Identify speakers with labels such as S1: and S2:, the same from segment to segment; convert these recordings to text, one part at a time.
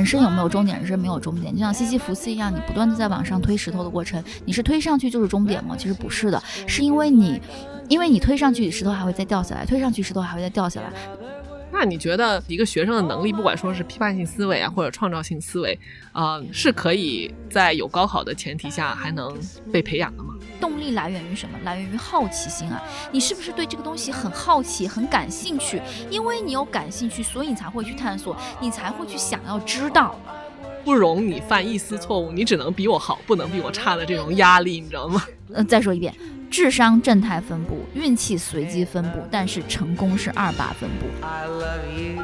S1: 人生有没有终点？人生没有终点，就像西西弗斯一样，你不断的在往上推石头的过程，你是推上去就是终点吗？其实不是的，是因为你推上去，石头还会再掉下来，推上去石头还会再掉下来。
S2: 那你觉得一个学生的能力，不管说是批判性思维啊，或者创造性思维，是可以在有高考的前提下还能被培养的吗？
S1: 动力来源于什么？来源于好奇心啊！你是不是对这个东西很好奇、很感兴趣？因为你有感兴趣，所以你才会去探索，你才会去想要知道。
S2: 不容你犯一丝错误，你只能比我好，不能比我差的这种压力，你知道吗？
S1: 再说一遍，智商正态分布，运气随机分布，但是成功是2把分布。I love you。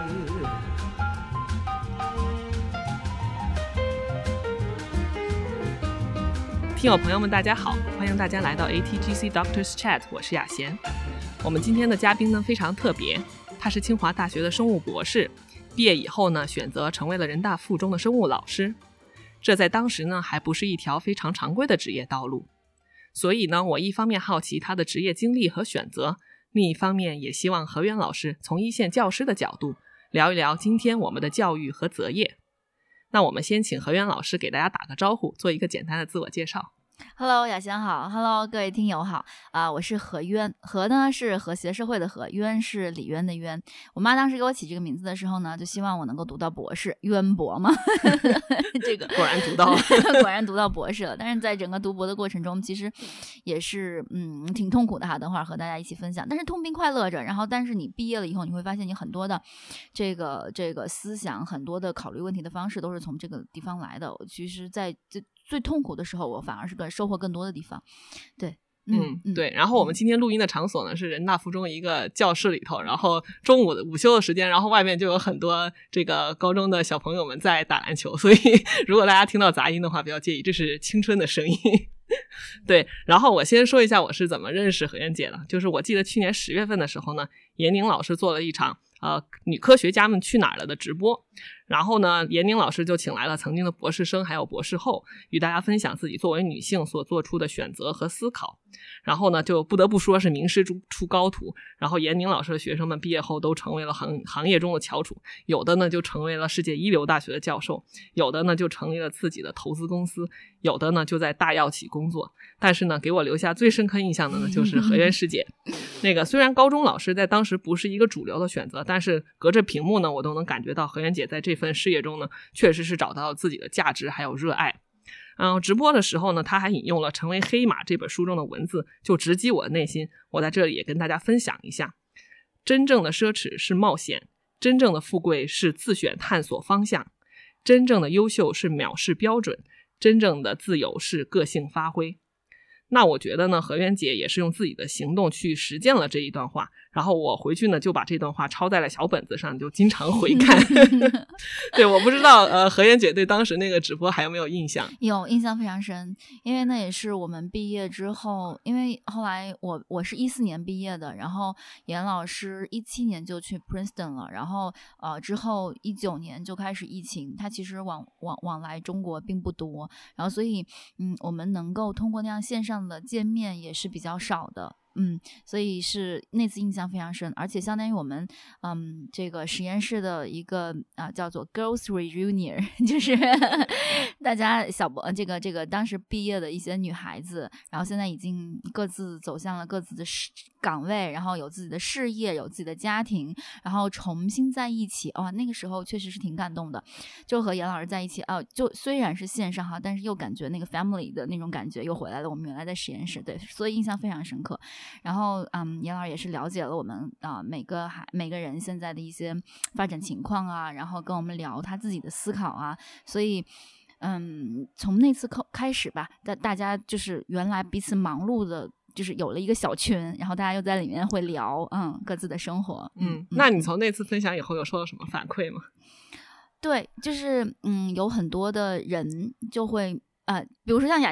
S2: 听友朋友们大家好，欢迎大家来到 ATGC Doctors Chat， 我是雅贤。我们今天的嘉宾呢非常特别，他是清华大学的生物博士，毕业以后呢选择成为了人大附中的生物老师，这在当时呢还不是一条非常常规的职业道路。所以呢，我一方面好奇他的职业经历和选择，另一方面也希望何渊老师从一线教师的角度聊一聊今天我们的教育和择业。那我们先请何渊老师给大家打个招呼，做一个简单的自我介绍。
S1: Hello， 雅贤好 ，Hello， 各位听友好我是何渊，何呢是和谐社会的何，渊是李渊的渊。我妈当时给我起这个名字的时候呢，就希望我能够读到博士，渊博嘛。这个
S2: 果然读到了，
S1: 果然读到博士了。但是在整个读博的过程中，其实也是挺痛苦的哈，等会儿和大家一起分享。但是痛并快乐着，然后但是你毕业了以后，你会发现你很多的这个思想，很多的考虑问题的方式都是从这个地方来的。其实在最痛苦的时候，我反而是收获更多的地方。对，
S2: 对。然后我们今天录音的场所呢是人大附中一个教室里头，然后中午的午休的时间，然后外面就有很多这个高中的小朋友们在打篮球，所以如果大家听到杂音的话，不要介意，这是青春的声音。对，然后我先说一下我是怎么认识何渊姐的，就是我记得去年10月份的时候呢，闫宁老师做了一场女科学家们去哪儿了的直播，然后呢闫宁老师就请来了曾经的博士生还有博士后，与大家分享自己作为女性所做出的选择和思考。然后呢就不得不说是名师出高徒，然后闫宁老师的学生们毕业后都成为了行业中的翘楚，有的呢就成为了世界一流大学的教授，有的呢就成立了自己的投资公司，有的呢就在大药企工作。但是呢给我留下最深刻印象的呢就是何渊师姐。那个虽然高中老师在当时不是一个主流的选择，但是隔着屏幕呢我都能感觉到何渊姐在这份事业中呢确实是找到了自己的价值还有热爱。直播的时候呢，他还引用了《成为黑马》这本书中的文字，就直击我的内心。我在这里也跟大家分享一下：真正的奢侈是冒险，真正的富贵是自选探索方向，真正的优秀是藐视标准，真正的自由是个性发挥。那我觉得呢，何渊姐也是用自己的行动去实践了这一段话，然后我回去呢就把这段话抄在了小本子上，就经常回看。对，我不知道何渊姐对当时那个直播还有没有印象？
S1: 有，印象非常深，因为那也是我们毕业之后，因为后来我是14年毕业的，然后闫老师17年就去 Princeton 了，然后之后19年就开始疫情，他其实往来中国并不多，然后所以我们能够通过那样线上的见面也是比较少的。所以是那次印象非常深，而且相当于我们这个实验室的一个叫做 Girls Reunion， 就是大家这个当时毕业的一些女孩子，然后现在已经各自走向了各自的岗位，然后有自己的事业，有自己的家庭，然后重新在一起。那个时候确实是挺感动的，就和闫老师在一起就虽然是线上哈，但是又感觉那个 family 的那种感觉又回来了，我们原来在实验室，对，所以印象非常深刻。然后闫老师也是了解了我们每个人现在的一些发展情况啊，然后跟我们聊他自己的思考啊，所以从那次开始吧，大家就是原来彼此忙碌的就是有了一个小群，然后大家又在里面会聊各自的生活。
S2: 那你从那次分享以后有收到什么反馈吗？
S1: 对，就是有很多的人就会比如说像雅贤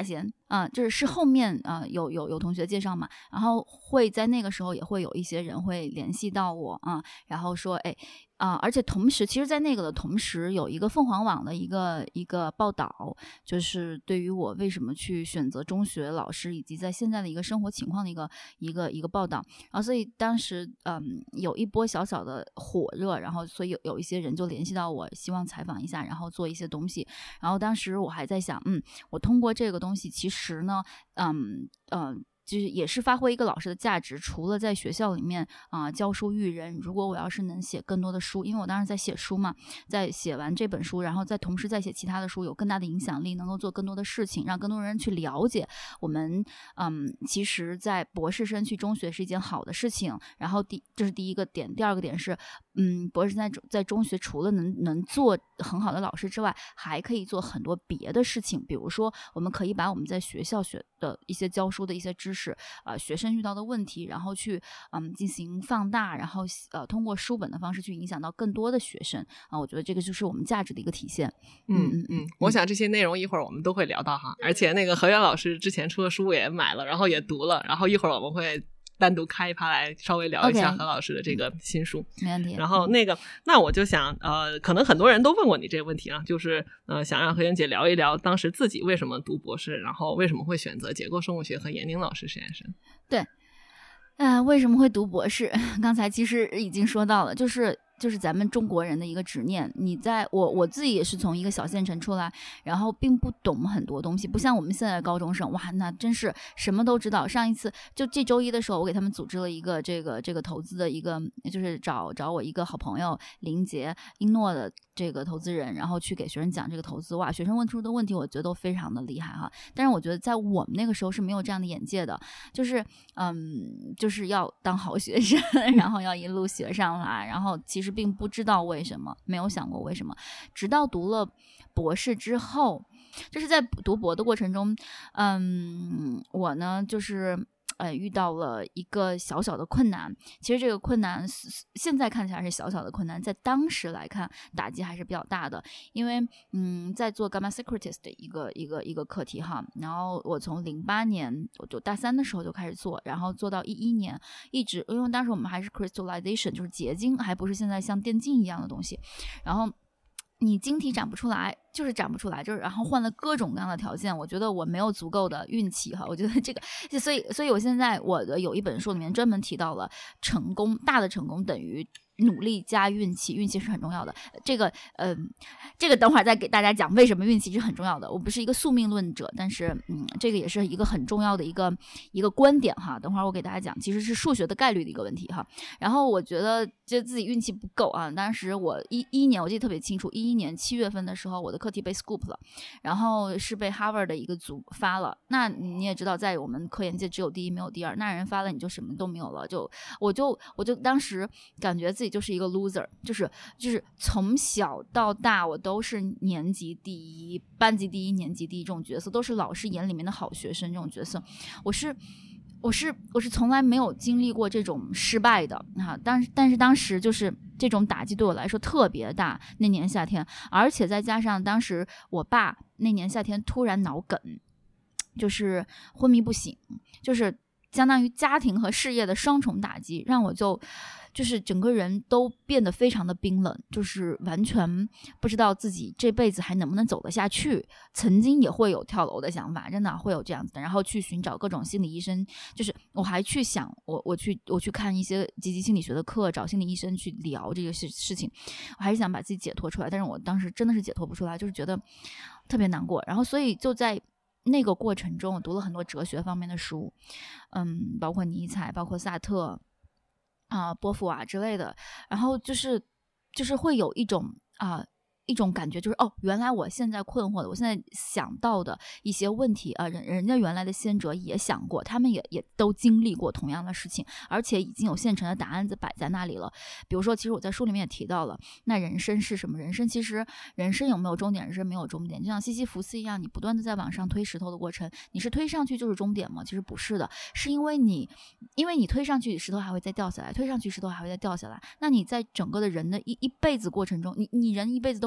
S1: 就是后面有同学介绍嘛，然后会在那个时候也会有一些人会联系到我然后说而且同时其实在那个的同时有一个凤凰网的一个报道，就是对于我为什么去选择中学老师以及在现在的一个生活情况的一个报道，然后所以当时有一波小小的火热，然后所以有一些人就联系到我，希望采访一下，然后做一些东西，然后当时我还在想我通过这个东西其实呢就是也是发挥一个老师的价值，除了在学校里面教书育人，如果我要是能写更多的书，因为我当时在写书嘛，在写完这本书，然后再同时再写其他的书，有更大的影响力，能够做更多的事情，让更多人去了解我们其实在博士生去中学是一件好的事情。然后这是第一个点，第二个点是博士生在中学除了能做很好的老师之外，还可以做很多别的事情，比如说我们可以把我们在学校学的一些教书的一些知识学生遇到的问题，然后去进行放大，然后通过书本的方式去影响到更多的学生我觉得这个就是我们价值的一个体现。
S2: 我想这些内容一会儿我们都会聊到哈，而且那个何源老师之前出的书也买了，然后也读了，然后一会儿我们会单独开一趴来稍微聊一下何老师的这个新书。
S1: 没问题。
S2: 然后那我就想可能很多人都问过你这个问题就是想让何源姐聊一聊当时自己为什么读博士，然后为什么会选择结构生物学和闫宁老师实验室。
S1: 对为什么会读博士刚才其实已经说到了，就是咱们中国人的一个执念。我自己也是从一个小县城出来，然后并不懂很多东西，不像我们现在的高中生，哇，那真是什么都知道。上一次就这周一的时候，我给他们组织了一个这个投资的一个，就是找我一个好朋友林杰英诺的这个投资人，然后去给学生讲这个投资。哇，学生问出的问题我觉得都非常的厉害哈。但是我觉得在我们那个时候是没有这样的眼界的，就是要当好学生，然后要一路学上来，然后其实并不知道为什么，没有想过为什么，直到读了博士之后，就是在读博的过程中，我呢就是遇到了一个小小的困难。其实这个困难现在看起来是小小的困难，在当时来看打击还是比较大的。因为在做 Gamma Securities 的一个课题哈，然后我从08年我就大3的时候就开始做，然后做到11年，一直因为当时我们还是 crystallization 就是结晶，还不是现在像电竞一样的东西，然后你晶体长不出来，就是长不出来，就是然后换了各种各样的条件，我觉得我没有足够的运气哈，我觉得这个，所以我现在我的有一本书里面专门提到了成功，大的成功等于努力加运气，运气是很重要的。这个等会儿再给大家讲为什么运气是很重要的。我不是一个宿命论者，但是这个也是一个很重要的一个观点哈。等会儿我给大家讲，其实是数学的概率的一个问题哈。然后我觉得就自己运气不够啊。当时我11年我记得特别清楚，11年7月份的时候，我的课题被 scoop 了，然后是被 Harvard 的一个组发了。那你也知道，在我们科研界只有第一没有第二，那人发了你就什么都没有了。我就当时感觉自己就是一个 loser， 就是从小到大我都是年级第一、班级第一、年级第一这种角色，都是老师眼里面的好学生这种角色。我是从来没有经历过这种失败的但是当时就是这种打击对我来说特别大。那年夏天，而且再加上当时我爸那年夏天突然脑梗，就是昏迷不醒，就是相当于家庭和事业的双重打击，让我就是整个人都变得非常的冰冷，就是完全不知道自己这辈子还能不能走得下去。曾经也会有跳楼的想法，真的会有这样子的，然后去寻找各种心理医生，就是我还去想我去看一些积极心理学的课，找心理医生去聊这个事情，我还是想把自己解脱出来，但是我当时真的是解脱不出来，就是觉得特别难过。然后所以就在那个过程中，我读了很多哲学方面的书，包括尼采，包括萨特波伏娃之类的，然后就是会有一种感觉，就是原来我现在困惑的，我现在想到的一些问题人家原来的先哲也想过，他们也都经历过同样的事情，而且已经有现成的答案摆在那里了。比如说，其实我在书里面也提到了，那人生是什么？其实人生有没有终点？人生没有终点，就像西西弗斯一样，你不断的在往上推石头的过程，你是推上去就是终点吗？其实不是的，是因为你推上去，石头还会再掉下来，推上去石头还会再掉下来。那你在整个的人的一辈子过程中，你人一辈子都会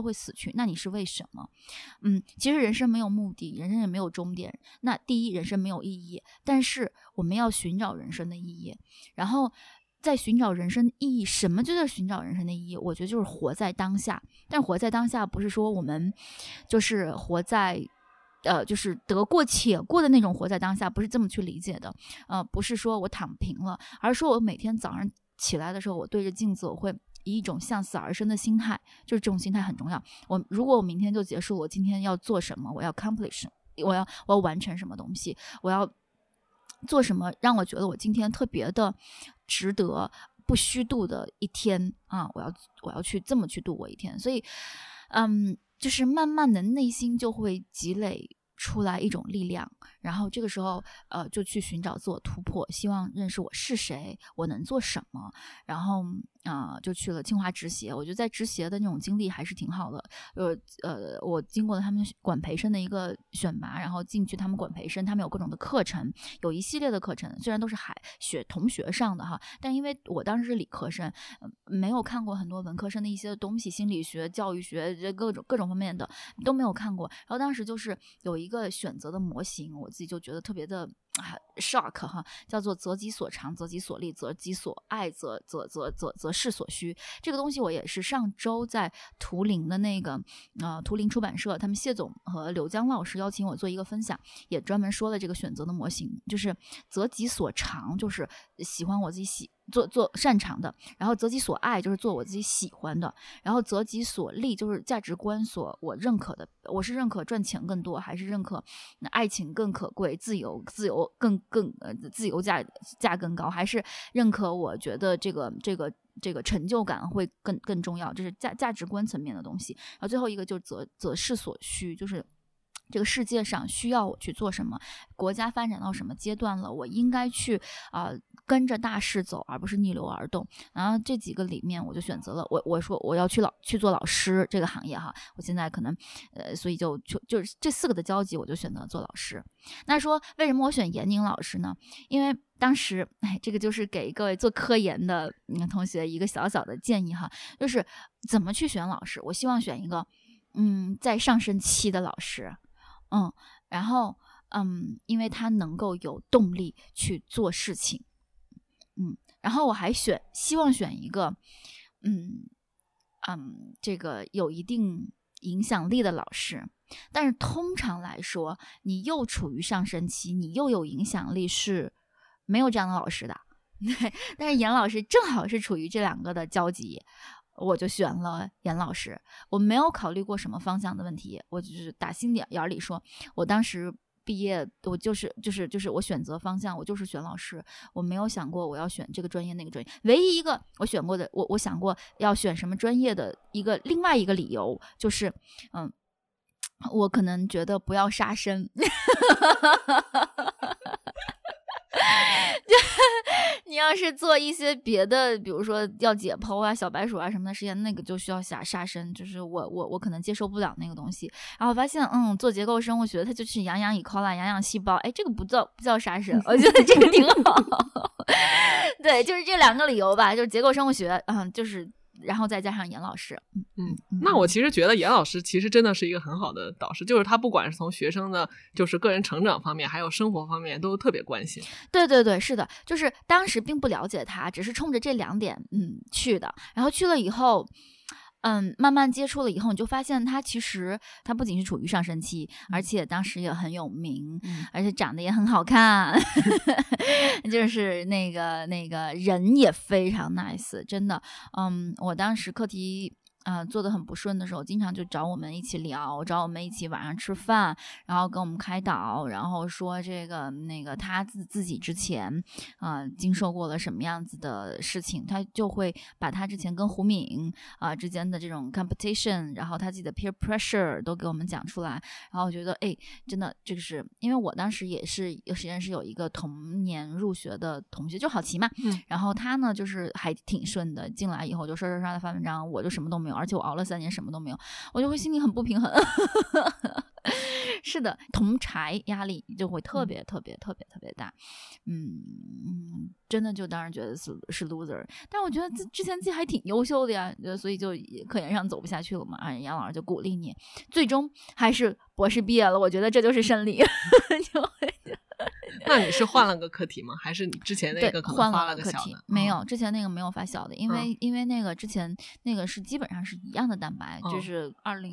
S1: 会死去，那你是为什么？其实人生没有目的，人生也没有终点。那第一，人生没有意义，但是我们要寻找人生的意义。然后在寻找人生的意义，什么就叫寻找人生的意义？我觉得就是活在当下。但活在当下不是说我们就是活在就是得过且过的那种活在当下，不是这么去理解的。不是说我躺平了，而是说我每天早上起来的时候，我对着镜子，我会以一种向死而生的心态，就是这种心态很重要。如果我明天就结束，我今天要做什么？我要 accomplish， 我要完成什么东西？我要做什么让我觉得我今天特别的值得不虚度的一天啊！我要去这么去度过一天。所以就是慢慢的内心就会积累出来一种力量，然后这个时候就去寻找自我突破，希望认识我是谁，我能做什么，然后就去了清华职协。我觉得在职协的那种经历还是挺好的。我经过了他们管培生的一个选拔，然后进去他们管培生，他们有各种的课程，有一系列的课程，虽然都是同学上的哈，但因为我当时是理科生，没有看过很多文科生的一些东西，心理学、教育学各种方面的都没有看过。然后当时就是有一个选择的模型，我自己就觉得特别的shock 哈，叫做择己所长，择己所利，择己所爱，择事所需。这个东西我也是上周在图灵的那个图灵出版社，他们谢总和刘江老师邀请我做一个分享，也专门说了这个选择的模型，就是择己所长，就是喜欢我自己做擅长的，然后择己所爱就是做我自己喜欢的，然后择己所利就是价值观我认可的，我是认可赚钱更多，还是认可爱情更可贵，自由更自由价更高，还是认可我觉得这个成就感会更重要，这是价值观层面的东西。然后最后一个就是择事所需，就是这个世界上需要我去做什么，国家发展到什么阶段了，我应该去跟着大势走，而不是逆流而动。然后这几个里面，我就选择了我说我要去做老师这个行业哈。我现在可能所以就是这4个的交集，我就选择了做老师。那说为什么我选严宁老师呢？因为当时这个就是给各位做科研的同学一个小小的建议哈，就是怎么去选老师。我希望选一个在上升期的老师。然后因为他能够有动力去做事情。然后我还希望选一个这个有一定影响力的老师。但是通常来说，你又处于上升期，你又有影响力，是没有这样的老师的。对，但是严老师正好是处于这2个的交集，我就选了严老师。我没有考虑过什么方向的问题，我就是打心眼里说，我当时毕业，我就是我选择方向，我就是选老师，我没有想过我要选这个专业那个专业。唯一一个我选过的，我想过要选什么专业的另外一个理由就是我可能觉得不要杀生。你要是做一些别的，比如说要解剖啊、小白鼠啊什么的实验，那个就需要杀生，就是我可能接受不了那个东西。然后发现做结构生物学它就是养E. coli 养细胞，这个不叫杀生，我觉得这个挺好。对，就是这2个理由吧，就是结构生物学就是然后再加上严老师。
S2: 那我其实觉得严老师其实真的是一个很好的导师，就是他不管是从学生的就是个人成长方面还有生活方面都特别关心。
S1: 对，是的，就是当时并不了解他，只是冲着这2点去的。然后去了以后慢慢接触了以后，你就发现他其实他不仅是处于上升期，而且当时也很有名，而且长得也很好看。就是那个人也非常 nice， 真的。我当时课题做得很不顺的时候，经常就找我们一起聊，找我们一起晚上吃饭，然后跟我们开导，然后说这个他自己之前经受过了什么样子的事情，他就会把他之前跟胡敏之间的这种 competition， 然后他自己的 peer pressure 都给我们讲出来。然后我觉得真的这个是因为我当时也是实验室有一个同年入学的同学，就好奇嘛，然后他呢就是还挺顺的，进来以后就刷的发文章，我就什么都没有，而且我熬了3年什么都没有，我就会心里很不平衡。 是的，同柴压力就会特别特别特别特别大。真的就当然觉得是 loser， 但我觉得之前自己还挺优秀的呀，所以就科研上走不下去了嘛。杨老师就鼓励你，最终还是博士毕业了，我觉得这就是胜利。
S2: 那你是换了个课题吗？还是你之前那个可能发了个小的？
S1: 没有，之前那个没有发小的，因为那个之前那个是基本上是一样的蛋白，就是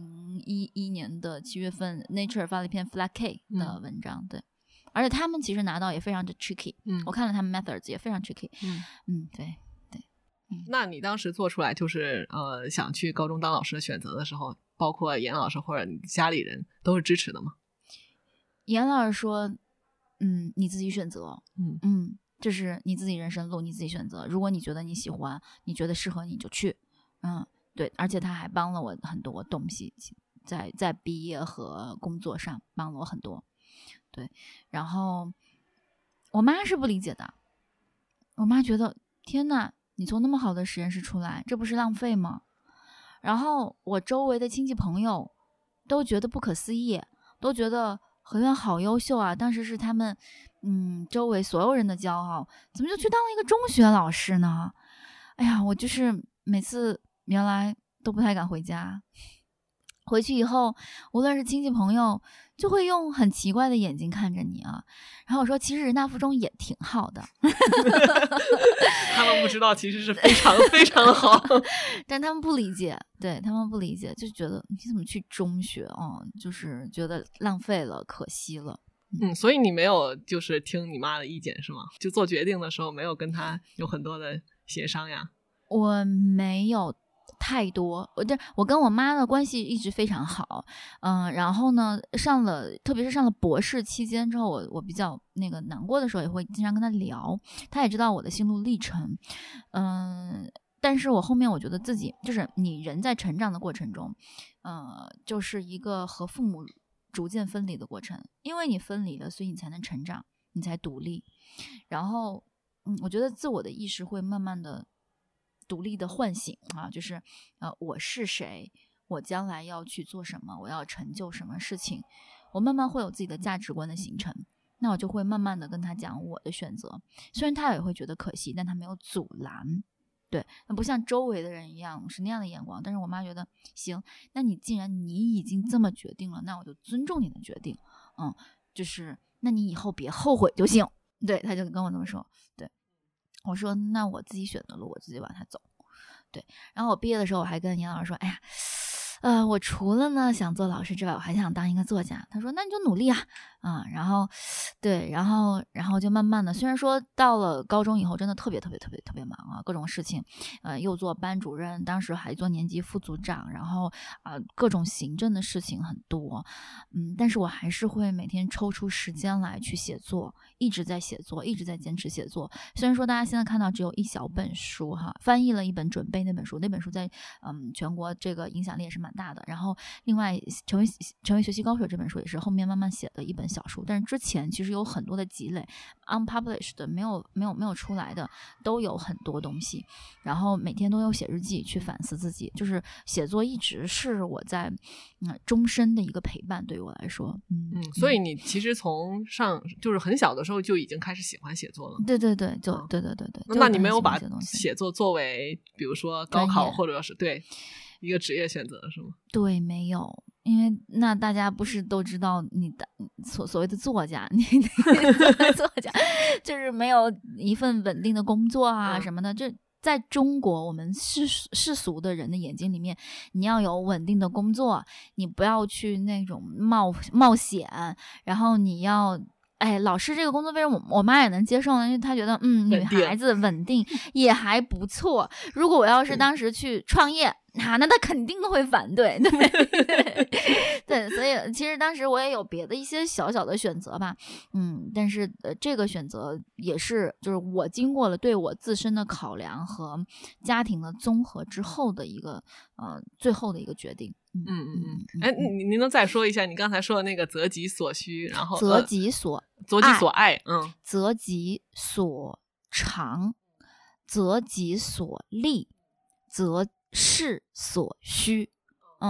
S1: 2011年的7月份 Nature 发了一篇 Flat K 的文章，对，而且他们其实拿到也非常的 tricky，我看了他们 methods 也非常 tricky，对。
S2: 那你当时做出来就是想去高中当老师的选择的时候，包括严老师或者你家里人都是支持的吗？
S1: 严老师说你自己选择，这是你自己人生路，你自己选择。如果你觉得你喜欢，你觉得适合你就去，对。而且他还帮了我很多东西，在毕业和工作上帮了我很多，对。然后我妈是不理解的，我妈觉得天哪，你从那么好的实验室出来，这不是浪费吗？然后我周围的亲戚朋友都觉得不可思议，都觉得何渊好优秀啊，当时是他们周围所有人的骄傲，怎么就去当了一个中学老师呢？哎呀，我就是每次原来都不太敢回家，回去以后无论是亲戚朋友就会用很奇怪的眼睛看着你啊。然后我说其实人大附中也挺好的。
S2: 他们不知道其实是非常非常好。
S1: 但他们不理解，对，他们不理解，就觉得你怎么去中学就是觉得浪费了，可惜了。
S2: 所以你没有就是听你妈的意见是吗？就做决定的时候没有跟她有很多的协商呀？
S1: 我没有太多，我跟我妈的关系一直非常好，然后呢，特别是上了博士期间之后，我比较那个难过的时候，也会经常跟她聊，她也知道我的心路历程，但是我后面我觉得自己就是你人在成长的过程中，就是一个和父母逐渐分离的过程，因为你分离了，所以你才能成长，你才独立，然后我觉得自我的意识会慢慢的独立的唤醒啊，就是我是谁，我将来要去做什么，我要成就什么事情，我慢慢会有自己的价值观的形成，那我就会慢慢的跟他讲我的选择，虽然他也会觉得可惜，但他没有阻拦，对，那不像周围的人一样是那样的眼光，但是我妈觉得行，那你既然你已经这么决定了，那我就尊重你的决定，就是那你以后别后悔就行，对，他就跟我这么说，对。我说那我自己选的路我自己往下走，对。然后我毕业的时候我还跟严老师说，哎呀我除了呢想做老师之外，我还想当一个作家。他说那你就努力啊，然后对，然后就慢慢的，虽然说到了高中以后真的特别特别特别特别忙啊，各种事情，又做班主任，当时还做年级副组长，然后各种行政的事情很多，但是我还是会每天抽出时间来去写作，一直在写作，一直在坚持写作。虽然说大家现在看到只有一小本书哈，翻译了一本准备那本书在全国这个影响力也是蛮大的。然后另外成为学习高手这本书也是后面慢慢写的一本小书，但是之前其实有很多的积累 unpublished 的没有出来的都有很多东西，然后每天都有写日记去反思自己，就是写作一直是我在终身的一个陪伴，对于我来说。
S2: 所以你其实从就是很小的时候就已经开始喜欢写作了。
S1: 对，对。
S2: 那你没有把写作作为比如说高考或者是对一个职业选择是吗？对，
S1: 没有，因为那大家不是都知道你的所谓的作家，你作家就是没有一份稳定的工作啊什么的，这在中国我们世俗的人的眼睛里面，你要有稳定的工作，你不要去那种冒险，然后你要老师这个工作为什么我妈也能接受呢？因为她觉得女孩子稳定也还不错，如果我要是当时去创业那他肯定会反对，对对，所以其实当时我也有别的一些小小的选择吧，但是这个选择也是就是我经过了对我自身的考量和家庭的综合之后的一个最后的一个决定。您能再说一下你刚才说的那个择己所需，然后择己所爱， 择己所长，择己所利，择事所需，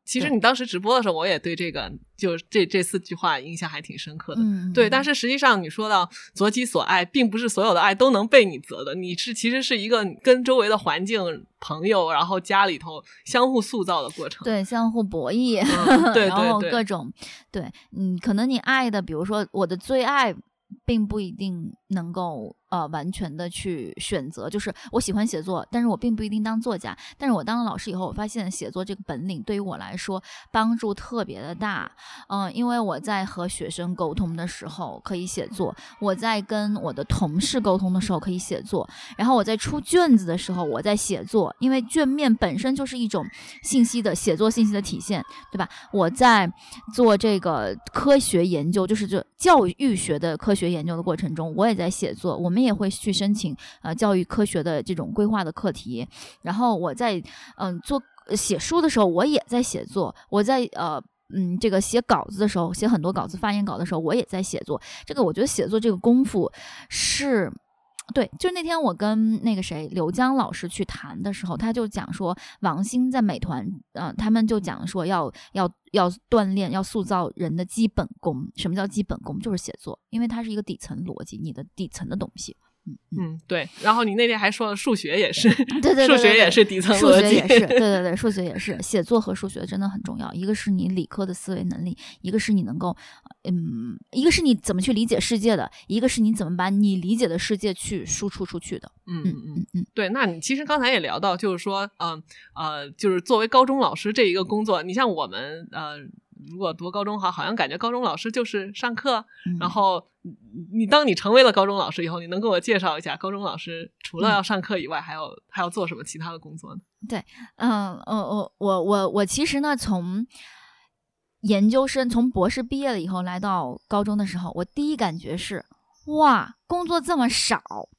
S2: 其实你当时直播的时候，我也对这个就这4句话印象还挺深刻的。对，但是实际上你说到择己所爱，并不是所有的爱都能被你择的，你其实是一个跟周围的环境、朋友，然后家里头相互塑造的过程。
S1: 对，相互博弈，
S2: 对，
S1: 然后各种对，可能你爱的，比如说我的最爱，并不一定能够完全的去选择，就是我喜欢写作，但是我并不一定当作家。但是我当了老师以后，我发现写作这个本领对于我来说帮助特别的大。因为我在和学生沟通的时候可以写作，我在跟我的同事沟通的时候可以写作，然后我在出卷子的时候我在写作，因为卷面本身就是一种信息的写作信息的体现，对吧？我在做这个科学研究，就是这教育学的科学研究的过程中，我也在写作，我们也会去申请教育科学的这种规划的课题，然后我在做写书的时候，我也在写作，我在这个写稿子的时候，写很多稿子发言稿的时候，我也在写作。这个我觉得写作这个功夫是。对，就那天我跟那个谁刘江老师去谈的时候，他就讲说王兴在美团，他们就讲说要锻炼，要塑造人的基本功。什么叫基本功？就是写作，因为它是一个底层逻辑，你的底层的东西。
S2: 对。然后你那天还说了数学也是，
S1: 对，
S2: 数学也是底层逻辑，
S1: 数学也是，对，数学也是。写作和数学真的很重要，一个是你理科的思维能力，一个是你能够，一个是你怎么去理解世界的，一个是你怎么把你理解的世界去输出出去的。
S2: 对。那你其实刚才也聊到，就是说，就是作为高中老师这一个工作，你像我们如果读高中好像感觉高中老师就是上课，然后当你成为了高中老师以后，你能给我介绍一下高中老师除了要上课以外，还要做什么其他的工作呢？
S1: 对，我其实呢，从研究生从博士毕业了以后，来到高中的时候，我第一感觉是，哇，工作这么少。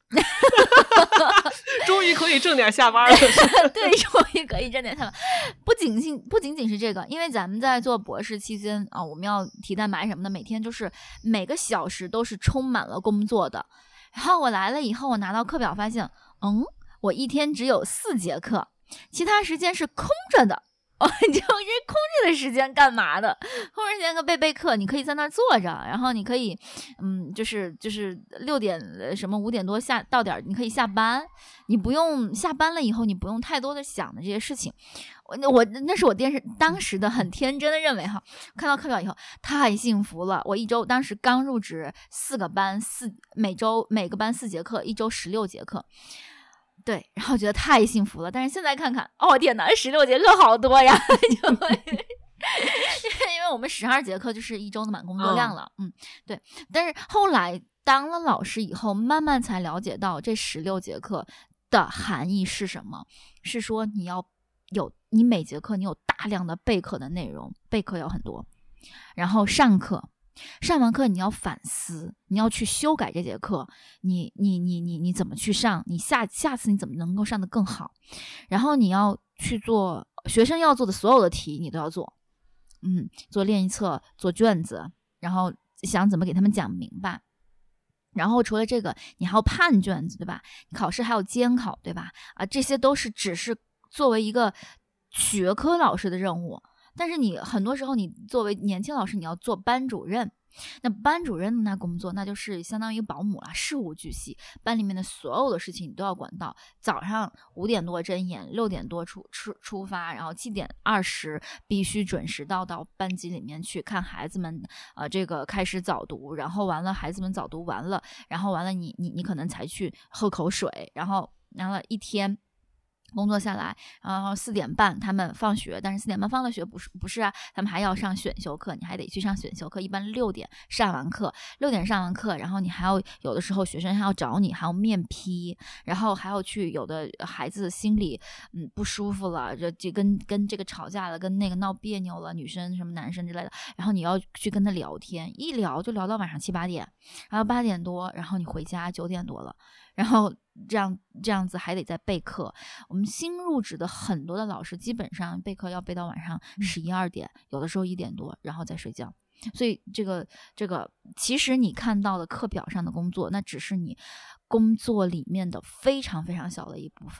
S2: 终于可以挣点下班了。
S1: 对，终于可以挣点下班。不仅仅是这个，因为咱们在做博士期间啊，我们要提代码什么的，每天就是每个小时都是充满了工作的。然后我来了以后，我拿到课表发现，我一天只有4节课，其他时间是空着的。就是空着的时间干嘛的？空着时间备课，你可以在那儿坐着，然后你可以，就是6点什么5点多到点，你可以下班，你不用下班了以后，你不用太多的想的这些事情。那是我当时的很天真的认为哈，看到课表以后太幸福了。我一周当时刚入职，4个班每个班4节课，一周16节课。对，然后觉得太幸福了，但是现在看看，天哪，16节课好多呀！因为我们12节课就是一周的满工作量了，对。但是后来当了老师以后，慢慢才了解到这16节课的含义是什么，是说你每节课你有大量的备课的内容，备课要很多，然后上完课你要反思，你要去修改这节课，你怎么去上，你下次你怎么能够上得更好，然后你要去做学生要做的所有的题，你都要做，做练习册，做卷子，然后想怎么给他们讲明白。然后除了这个，你还要判卷子，对吧？考试还有监考，对吧？这些都是只是作为一个学科老师的任务。但是你很多时候，你作为年轻老师，你要做班主任。那班主任那工作，那就是相当于保姆啦，事无巨细，班里面的所有的事情你都要管到。早上5点多睁眼，6点多出发，然后7点20必须准时到班级里面去看孩子们，这个开始早读，然后完了孩子们早读完了，然后完了你可能才去喝口水，然后一天工作下来，然后4点半他们放学，但是4点半放了学不是啊，他们还要上选修课，你还得去上选修课，一般6点上完课，然后你还要有的时候学生还要找你，还要面批，然后还要去有的孩子心里不舒服了，就跟这个吵架了，跟那个闹别扭了，女生什么男生之类的，然后你要去跟他聊天，一聊就聊到晚上7、8点，然后8点多，然后你回家9点多了，然后这样子还得再备课。我们新入职的很多的老师基本上备课要备到晚上11、2点，有的时候1点多，然后再睡觉。所以这个其实你看到的课表上的工作，那只是你工作里面的非常非常小的一部分。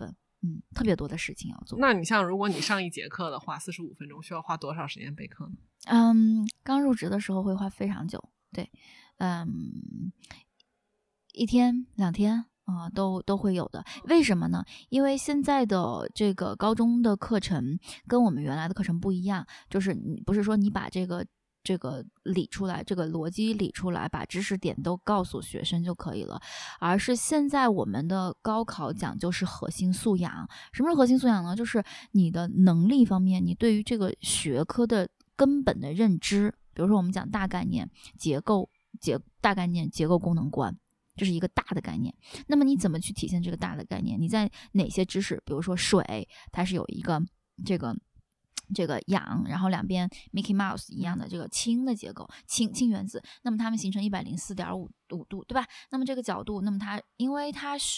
S1: 特别多的事情要做。
S2: 那你像如果你上一节课的话，45分钟需要花多少时间备课呢？
S1: 刚入职的时候会花非常久，对，1天2天都会有的。为什么呢？因为现在的这个高中的课程跟我们原来的课程不一样，就是你不是说你把这个理出来，这个逻辑理出来，把知识点都告诉学生就可以了，而是现在我们的高考讲究是核心素养。什么是核心素养呢？就是你的能力方面，你对于这个学科的根本的认知，比如说我们讲大概念、结构功能观，这是一个大的概念。那么你怎么去体现这个大的概念？你在哪些知识，比如说水，它是有一个这个氧，然后两边 Mickey Mouse 一样的这个氢的结构，氢原子，那么它们形成104.5度，对吧？那么这个角度，那么它因为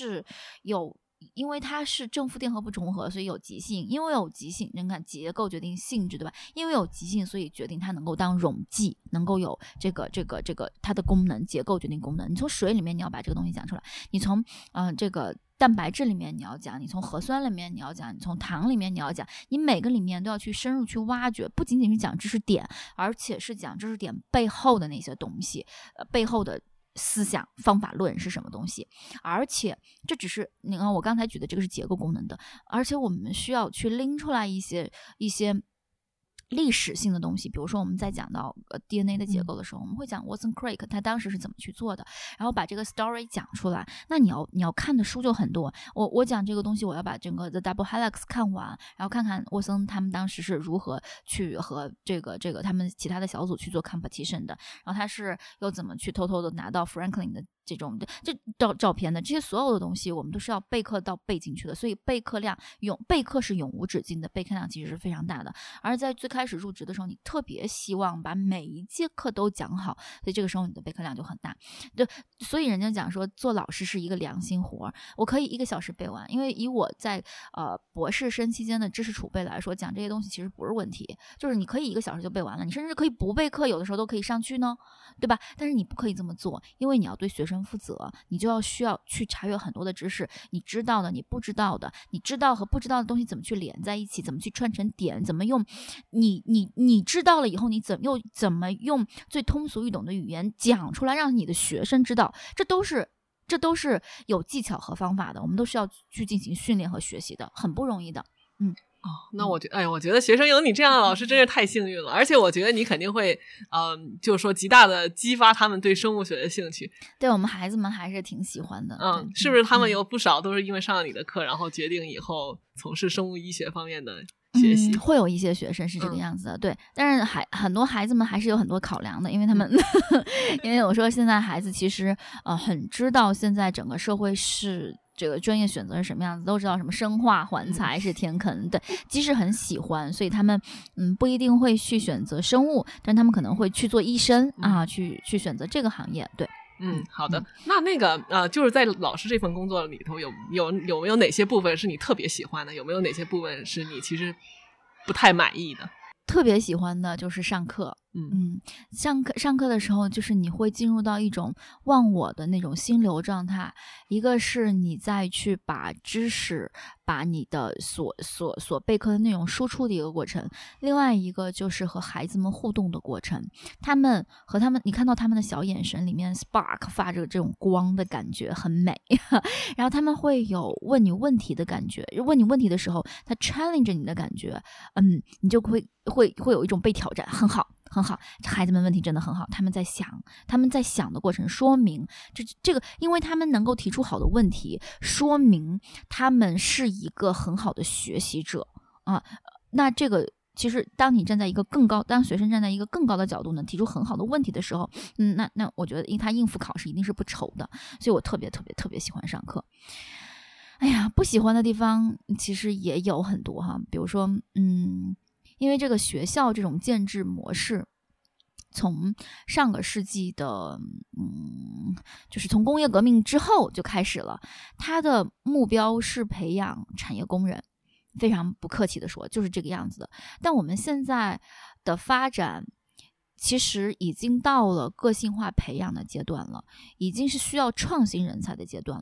S1: 它是正负电荷不重合，所以有极性。因为有极性，你看结构决定性质，对吧？因为有极性，所以决定它能够当溶剂，能够有这个它的功能，结构决定功能。你从水里面你要把这个东西讲出来，你从这个蛋白质里面你要讲，你从核酸里面你要讲，你从糖里面你要讲，你每个里面都要去深入去挖掘，不仅仅是讲知识点，而且是讲知识点背后的那些东西，背后的思想方法论是什么东西。而且这只是你看我刚才举的这个是结构功能的，而且我们需要去拎出来一些历史性的东西。比如说我们在讲到DNA 的结构的时候，我们会讲 Watson Crick 他当时是怎么去做的，然后把这个 story 讲出来。那你要看的书就很多，我讲这个东西，我要把整个 The Double Helix 看完，然后看看沃森他们当时是如何去和这个他们其他的小组去做 competition 的，然后他是又怎么去偷偷的拿到 Franklin 的这照片的，这些所有的东西我们都是要备课到背进去的。所以备课是永无止境的，备课量其实是非常大的。而在最开始入职的时候，你特别希望把每一节课都讲好，所以这个时候你的备课量就很大。所以人家讲说做老师是一个良心活，我可以1个小时背完，因为以我在博士生期间的知识储备来说，讲这些东西其实不是问题，就是你可以1个小时就背完了，你甚至可以不备课，有的时候都可以上去呢，对吧？但是你不可以这么做，因为你要对学生负责，你就需要去查阅很多的知识，你知道的，你不知道的，你知道和不知道的东西怎么去连在一起，怎么去串成点，怎么用你知道了以后，你怎么用最通俗易懂的语言讲出来，让你的学生知道，这都是有技巧和方法的，我们都需要去进行训练和学习的，很不容易的。
S2: 那我觉得学生有你这样的老师真是太幸运了，而且我觉得你肯定会就是说极大的激发他们对生物学的兴趣。
S1: 对，我们孩子们还是挺喜欢的。
S2: 是不是他们有不少都是因为上了你的课，然后决定以后从事生物医学方面的学习？
S1: 会有一些学生是这个样子的，对。但是很多孩子们还是有很多考量的，因为他们因为我说现在孩子其实很知道现在整个社会是这个专业选择是什么样子，都知道什么生化环材是天坑，对，即使很喜欢，所以他们不一定会去选择生物，但他们可能会去做医生去选择这个行业，对。
S2: 好的。那个就是在老师这份工作里头有没有哪些部分是你特别喜欢的？有没有哪些部分是你其实不太满意的？
S1: 特别喜欢的就是上课。上课的时候，就是你会进入到一种忘我的那种心流状态。一个是你再去把知识，把你的所备课的内容输出的一个过程，另外一个就是和孩子们互动的过程。你看到他们的小眼神里面 spark 发着这种光的感觉很美然后他们会有问你问题的感觉，问你问题的时候他 challenge 你的感觉，你就会有一种被挑战，很好很好，孩子们问题真的很好，他们在想的过程，说明这个，因为他们能够提出好的问题，说明他们是一个很好的学习者那这个其实当学生站在一个更高的角度能提出很好的问题的时候，那我觉得他应付考试一定是不愁的，所以我特别特别特别喜欢上课。哎呀，不喜欢的地方其实也有很多比如说因为这个学校这种建制模式从上个世纪的就是从工业革命之后就开始了，它的目标是培养产业工人，非常不客气的说就是这个样子的。但我们现在的发展其实已经到了个性化培养的阶段了，已经是需要创新人才的阶段了。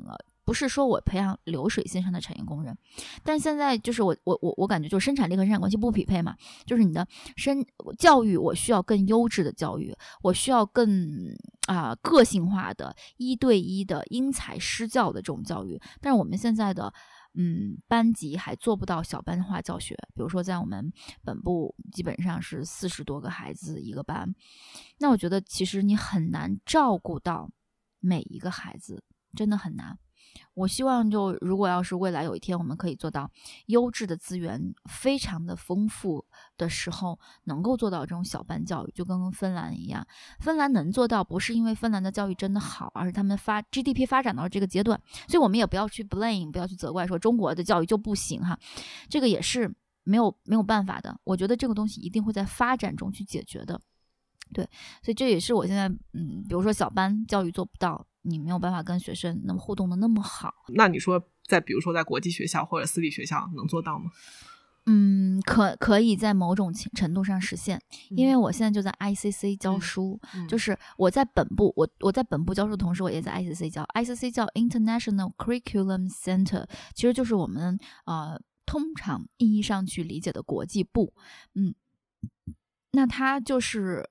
S1: 不是说我培养流水线上的产业工人，但现在就是我感觉就是生产力和生产关系不匹配嘛，就是你的教育我需要更优质的教育，我需要更个性化的1对1的因材施教的这种教育，但是我们现在的班级还做不到小班化教学，比如说在我们本部基本上是40多个孩子一个班，那我觉得其实你很难照顾到每一个孩子，真的很难。我希望就如果要是未来有一天我们可以做到优质的资源非常的丰富的时候，能够做到这种小班教育，就跟芬兰一样。芬兰能做到不是因为芬兰的教育真的好，而是他们GDP 发展到这个阶段，所以我们也不要去 blame， 不要去责怪说中国的教育就不行哈，这个也是没有办法的。我觉得这个东西一定会在发展中去解决的。对，所以这也是我现在比如说小班教育做不到，你没有办法跟学生那么互动的那么好。
S2: 那你说比如说在国际学校或者私立学校能做到吗？
S1: 可以在某种程度上实现，因为我现在就在 ICC 教书，就是我在本部我在本部教书的同时，我也在 ICC 教 ICC 叫 International Curriculum Center， 其实就是我们通常意义上去理解的国际部。那它就是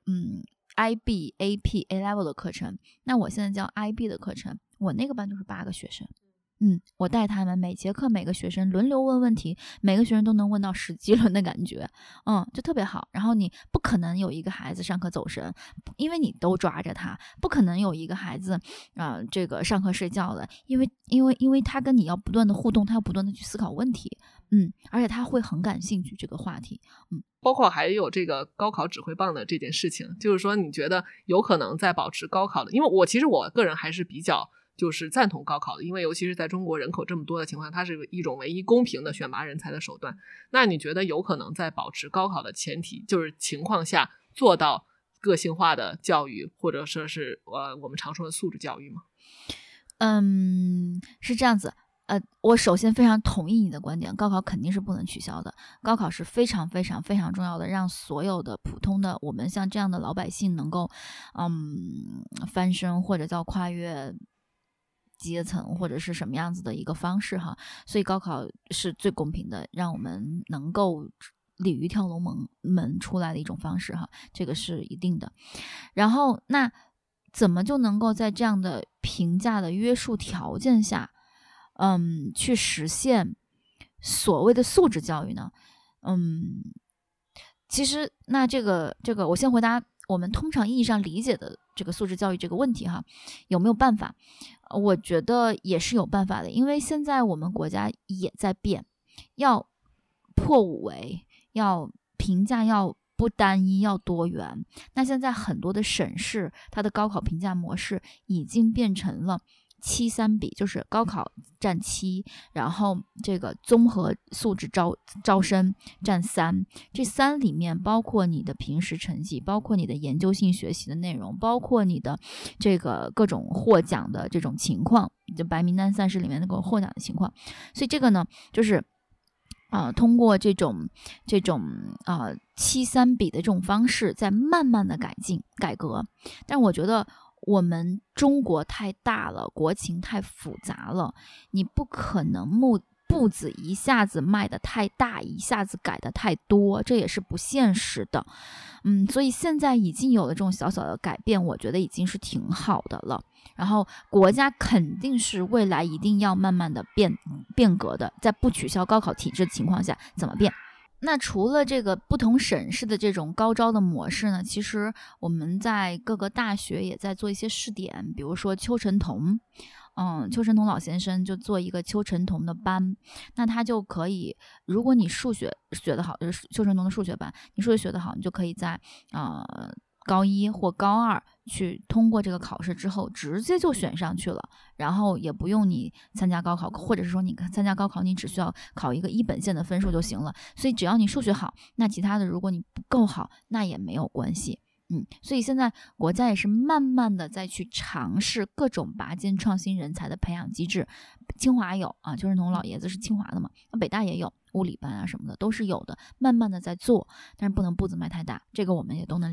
S1: IB AP A level 的课程，那我现在教 IB 的课程，我那个班就是8个学生，我带他们每节课每个学生轮流问问题，每个学生都能问到10几轮的感觉，就特别好。然后你不可能有一个孩子上课走神，因为你都抓着他，不可能有一个孩子这个上课睡觉的，因为他跟你要不断的互动，他要不断的去思考问题，而且他会很感兴趣这个话题，
S2: 包括还有这个高考指挥棒的这件事情，就是说你觉得有可能在保持高考的，因为其实我个人还是比较就是赞同高考的，因为尤其是在中国人口这么多的情况下，它是一种唯一公平的选拔人才的手段。那你觉得有可能在保持高考的前提就是情况下做到个性化的教育，或者说是我们常说的素质教育吗？
S1: 是这样子。我首先非常同意你的观点，高考肯定是不能取消的，高考是非常非常非常重要的，让所有的普通的我们像这样的老百姓能够翻身，或者叫跨越阶层，或者是什么样子的一个方式哈。所以高考是最公平的，让我们能够鲤鱼跳龙门出来的一种方式哈，这个是一定的。然后那怎么就能够在这样的评价的约束条件下去实现所谓的素质教育呢？其实那这个我先回答我们通常意义上理解的这个素质教育这个问题哈，有没有办法？我觉得也是有办法的，因为现在我们国家也在变，要破5维，要评价要不单一，要多元。那现在很多的省市，它的高考评价模式已经变成了7:3比，就是高考占7，然后这个综合素质招生占3，这3里面包括你的平时成绩，包括你的研究性学习的内容，包括你的这个各种获奖的这种情况，就白名单30里面那个获奖的情况。所以这个呢，就是通过这种7:3比的这种方式在慢慢的改革。但我觉得我们中国太大了，国情太复杂了，你不可能步子一下子迈得太大，一下子改得太多，这也是不现实的。所以现在已经有了这种小小的改变，我觉得已经是挺好的了。然后国家肯定是未来一定要慢慢的变革的，在不取消高考体制的情况下怎么变？那除了这个不同省市的这种高招的模式呢，其实我们在各个大学也在做一些试点，比如说邱成桐老先生就做一个邱成桐的班，那他就可以，如果你数学学得好，就是邱成桐的数学班，你数学学得好，你就可以在高1或高2去通过这个考试之后直接就选上去了，然后也不用你参加高考，或者是说你参加高考你只需要考一个1本线的分数就行了。所以只要你数学好，那其他的如果你不够好那也没有关系。所以现在国家也是慢慢的在去尝试各种拔尖创新人才的培养机制。清华有邱成桐老爷子是清华的嘛，那北大也有物理班什么的都是有的，慢慢的在做，但是不能步子迈太大，这个我们也都能理解。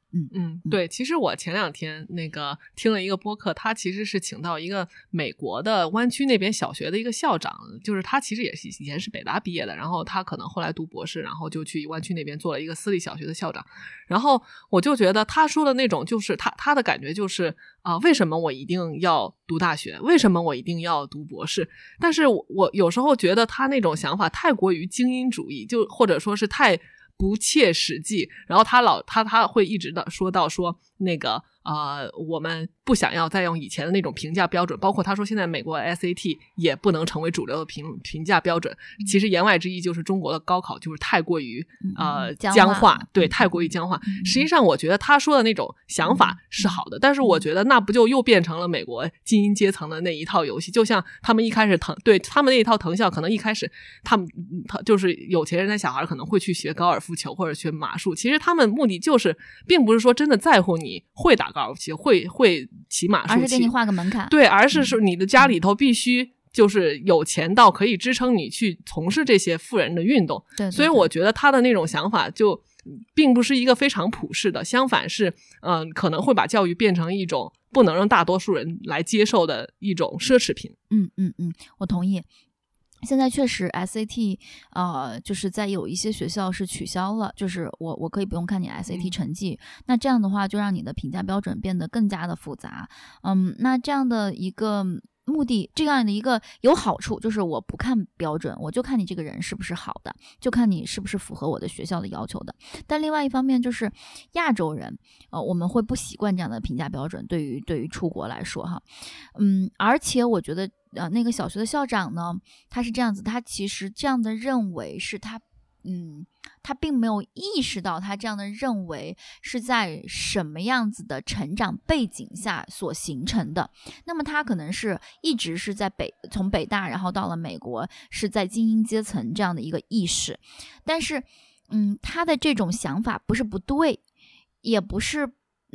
S2: 对，其实我前2天那个听了一个播客，他其实是请到一个美国的湾区那边小学的一个校长，就是他其实也是以前是北大毕业的，然后他可能后来读博士，然后就去湾区那边做了一个私立小学的校长。然后我就觉得他说的那种就是他的感觉就是为什么我一定要读大学？为什么我一定要读博士？但是我有时候觉得他那种想法太过于精英主义，就或者说是太不切实际，然后他会一直的说到说那个我们不想要再用以前的那种评价标准，包括他说现在美国 SAT 也不能成为主流的评价标准。其实言外之意就是中国的高考就是太过于僵化，对，太过于僵化。实际上我觉得他说的那种想法是好的，但是我觉得那不就又变成了美国精英阶层的那一套游戏，就像他们一开始对他们那一套藤校，可能一开始他就是有钱人的小孩可能会去学高尔夫球或者学马术，其实他们目的就是并不是说真的在乎你会打高尔夫球会骑马术，
S1: 而是给你画个门槛。
S2: 对，而是说你的家里头必须就是有钱到可以支撑你去从事这些富人的运动。
S1: 对，
S2: 所以我觉得他的那种想法就并不是一个非常普世的，相反是可能会把教育变成一种不能让大多数人来接受的一种奢侈品。
S1: 我同意。现在确实 SAT 就是在有一些学校是取消了，就是我可以不用看你 SAT 成绩，那这样的话就让你的评价标准变得更加的复杂。那这样的一个目的，这样的一个有好处就是我不看标准，我就看你这个人是不是好的，就看你是不是符合我的学校的要求的。但另外一方面就是亚洲人我们会不习惯这样的评价标准，对于出国来说哈。而且我觉得那个小学的校长呢，他是这样子，他其实这样的认为是他并没有意识到他这样的认为是在什么样子的成长背景下所形成的。那么他可能是一直是在从北大然后到了美国，是在精英阶层这样的一个意识。但是他的这种想法不是不对，也不是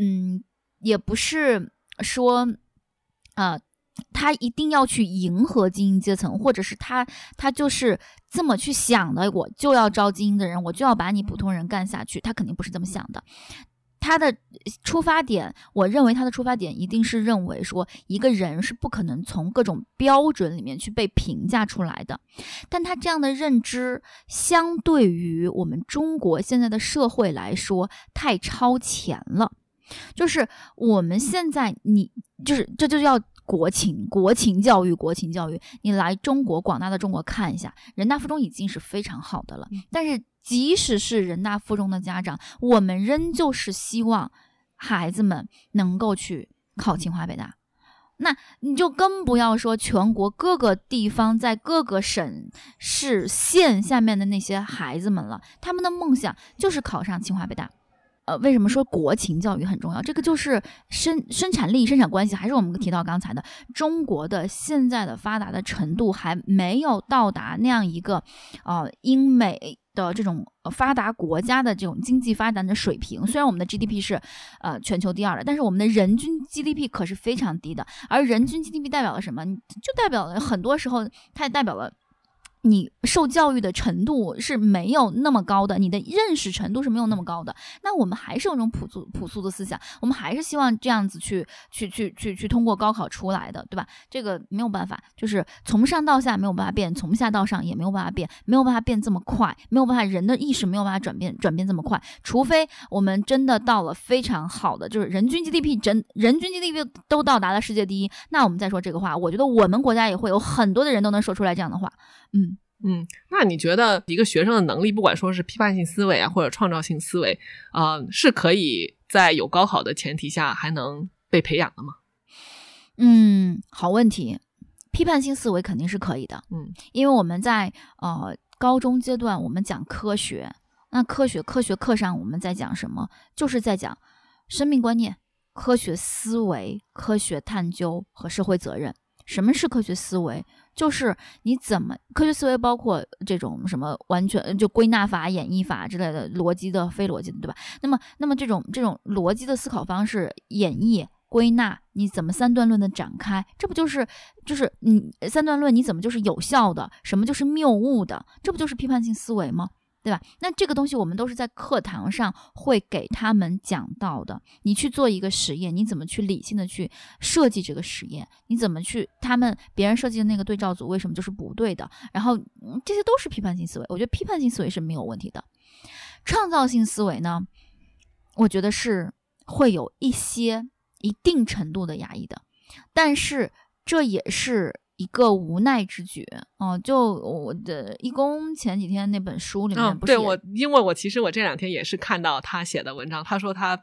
S1: 说他一定要去迎合精英阶层，或者是他就是这么去想的，我就要招精英的人，我就要把你普通人干下去，他肯定不是这么想的。他的出发点，我认为他的出发点一定是认为说一个人是不可能从各种标准里面去被评价出来的。但他这样的认知相对于我们中国现在的社会来说太超前了。就是我们现在这就叫国情教育。你来广大的中国看一下，人大附中已经是非常好的了，但是即使是人大附中的家长，我们仍旧是希望孩子们能够去考清华北大。那你就更不要说全国各个地方在各个省市县下面的那些孩子们了，他们的梦想就是考上清华北大。为什么说国情教育很重要？这个就是生产力、生产关系，还是我们提到刚才的，中国的现在的发达的程度还没有到达那样一个英美的这种发达国家的这种经济发展的水平。虽然我们的 GDP 是全球第2的，但是我们的人均 GDP 可是非常低的。而人均 GDP 代表了什么？就代表了很多时候它也代表了你受教育的程度是没有那么高的，你的认识程度是没有那么高的。那我们还是有种朴素的思想，我们还是希望这样子去通过高考出来的，对吧？这个没有办法，就是从上到下没有办法变，从下到上也没有办法变，没有办法变这么快，没有办法，人的意识没有办法转变这么快，除非我们真的到了非常好的，就是人均 GDP 都到达了世界第1，那我们再说这个话，我觉得我们国家也会有很多的人都能说出来这样的话。
S2: 那你觉得一个学生的能力，不管说是批判性思维或者创造性思维是可以在有高考的前提下还能被培养的吗？
S1: 好问题。批判性思维肯定是可以的。因为我们在高中阶段我们讲科学，那科学课上我们在讲什么？就是在讲生命观念、科学思维、科学探究和社会责任。什么是科学思维？就是你科学思维包括这种什么完全就归纳法、演绎法之类的，逻辑的、非逻辑的，对吧？那么这种逻辑的思考方式、演绎、归纳，你怎么三段论的展开？这不就是你三段论你怎么就是有效的？什么就是谬误的？这不就是批判性思维吗？ 对吧？那这个东西我们都是在课堂上会给他们讲到的。你去做一个实验，你怎么去理性的去设计这个实验？你怎么去别人设计的那个对照组为什么就是不对的？然后这些都是批判性思维。我觉得批判性思维是没有问题的。创造性思维呢，我觉得是会有一定程度的压抑的，但是这也是一个无奈之举。就我的义工前几天那本书里面不是
S2: 对，因为其实我这2天也是看到他写的文章，他说他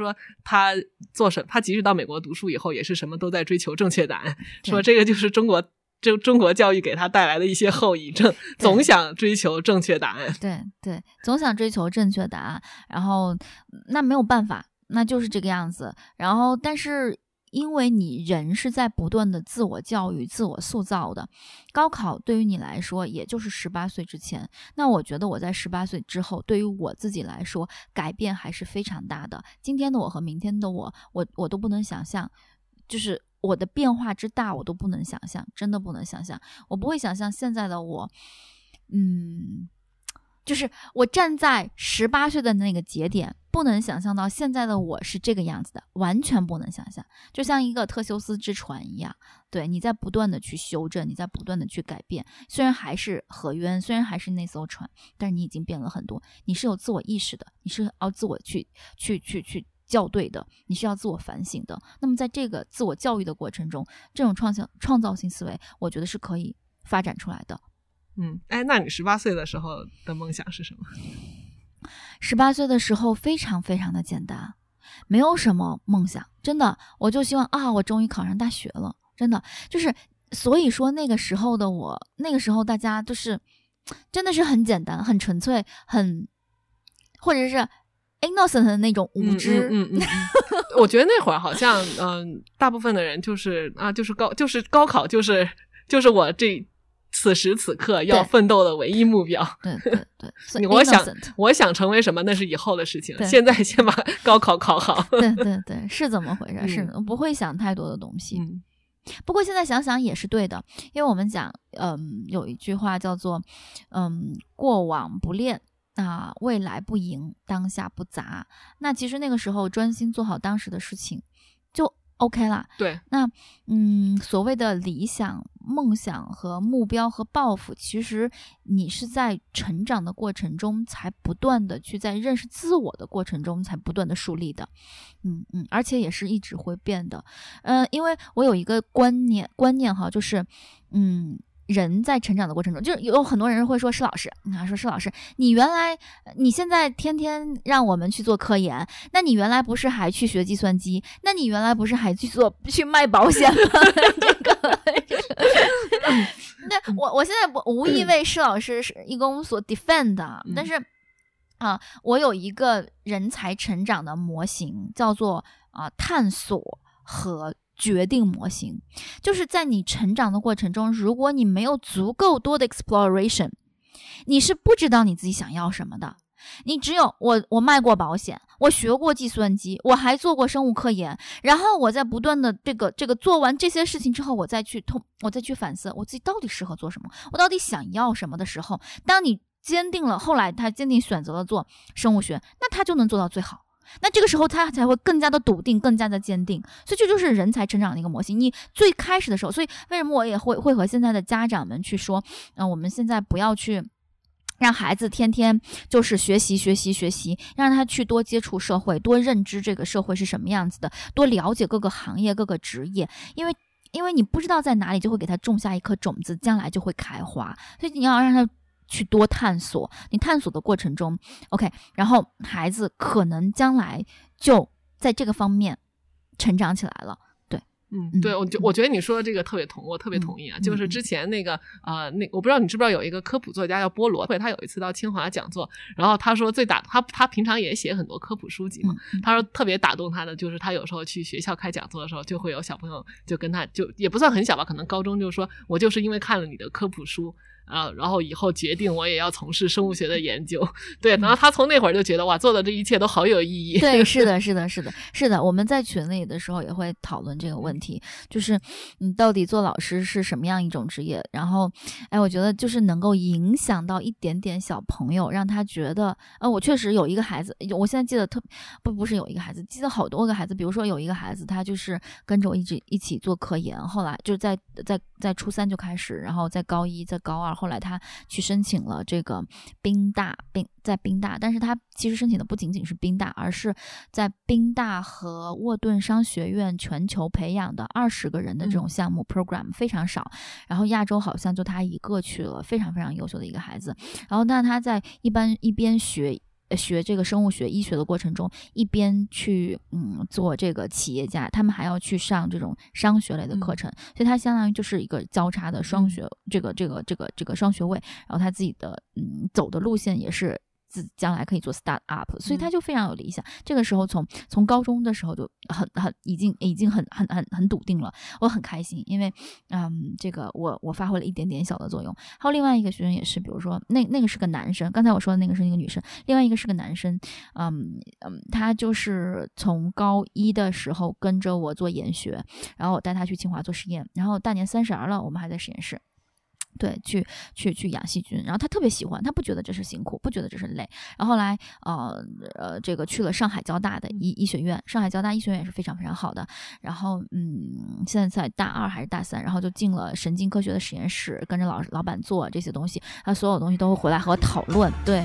S2: 即使到美国读书以后也是什么都在追求正确答案，说这个就是中国教育给他带来的一些后遗症，总想追求正确答案。
S1: 对，总想追求正确答案，然后那没有办法，那就是这个样子。然后但是因为你人是在不断的自我教育、自我塑造的，高考对于你来说也就是18岁之前。那我觉得我在18岁之后，对于我自己来说，改变还是非常大的。今天的我和明天的我都不能想象，就是我的变化之大，我都不能想象，真的不能想象。我不会想象现在的我，就是我站在18岁的那个节点，不能想象到现在的我是这个样子的，完全不能想象。就像一个特修斯之船一样，对，你在不断的去修正，你在不断的去改变。虽然还是河渊，虽然还是那艘船，但是你已经变了很多。你是有自我意识的，你是要自我去校对的，你是要自我反省的。那么在这个自我教育的过程中，这种创造性思维，我觉得是可以发展出来的。
S2: 那你18岁的时候的梦想是什么
S1: ？18岁的时候非常非常的简单，没有什么梦想，真的，我就希望我终于考上大学了，真的就是，所以说那个时候的我，那个时候大家就是真的是很简单、很纯粹、或者是 innocent 的那种无知。
S2: 我觉得那会儿好像大部分的人就是高考就是我此时此刻要奋斗的唯一目标。
S1: 对，
S2: 我想成为什么那是以后的事情，现在先把高考考好。
S1: 对，是怎么回事？是不会想太多的东西。不过现在想想也是对的，因为我们讲有一句话叫做过往不恋，未来不迎，当下不杂。那其实那个时候专心做好当时的事情就 OK 啦。
S2: 对，
S1: 那所谓的理想、梦想和目标和抱负，其实你是在成长的过程中才不断的去在认识自我的过程中才不断的树立的。而且也是一直会变的。因为我有一个观念哈，就是人在成长的过程中，就有很多人会说施老师，你现在天天让我们去做科研，那你原来不是还去学计算机？那你原来不是还去卖保险吗？那我现在无意为施老师义工所 defend 的，但是我有一个人才成长的模型，叫做探索和决定模型。就是在你成长的过程中，如果你没有足够多的 exploration， 你是不知道你自己想要什么的。你只有我卖过保险，我学过计算机，我还做过生物科研，然后我在不断的这个做完这些事情之后，我再去反思我自己到底适合做什么，我到底想要什么的时候，当你坚定了，后来他坚定选择了做生物学，那他就能做到最好。那这个时候他才会更加的笃定，更加的坚定。所以这就是人才成长的一个模型。你最开始的时候，所以为什么我也会和现在的家长们去说，我们现在不要去让孩子天天就是学习，让他去多接触社会，多认知这个社会是什么样子的，多了解各个行业、各个职业。因为你不知道在哪里，就会给他种下一颗种子，将来就会开花。所以你要让他去多探索，你探索的过程中 OK， 然后孩子可能将来就在这个方面成长起来了。
S2: 对，我觉得你说的这个我特别同意啊。就是之前那个我不知道你知不知道有一个科普作家叫波罗，他有一次到清华讲座，然后他说他平常也写很多科普书籍嘛，他说特别打动他的就是他有时候去学校开讲座的时候，就会有小朋友就跟他就也不算很小吧，可能高中就说我就是因为看了你的科普书然后以后决定我也要从事生物学的研究。对，然后他从那会儿就觉得哇，做的这一切都好有意义。
S1: 对，是的，是的，是的，是的。我们在群里的时候也会讨论这个问题，就是到底做老师是什么样一种职业？然后，我觉得就是能够影响到一点点小朋友，让他觉得，我确实有一个孩子，我现在记得不是有一个孩子，记得好多个孩子。比如说有一个孩子，他就是跟着我一起做科研，后来就在初3就开始，然后在高1，在高2，后来他去申请了这个在宾大，但是他其实申请的不仅仅是宾大，而是在宾大和沃顿商学院全球培养的20个人的这种项目 program 非常少，然后亚洲好像就他一个去了，非常非常优秀的一个孩子。然后那他在一边学这个生物学医学的过程中，一边去做这个企业家，他们还要去上这种商学类的课程，所以他相当于就是一个交叉的双学，这个双学位，然后他自己的走的路线也是将来可以做 start up， 所以他就非常有理想。这个时候从高中的时候就已经很笃定了，我很开心，因为这个我发挥了一点点小的作用。还有另外一个学生也是，比如说那个是个男生，刚才我说的那个是一个女生，另外一个是个男生，他就是从高1的时候跟着我做研学，然后我带他去清华做实验，然后大年30了，我们还在实验室。对，去养细菌，然后他特别喜欢，他不觉得这是辛苦，不觉得这是累。然后后来这个去了上海交大的医学院，上海交大医学院也是非常非常好的。然后现在在大2还是大3，然后就进了神经科学的实验室，跟着老板做这些东西，他所有东西都会回来和我讨论。对。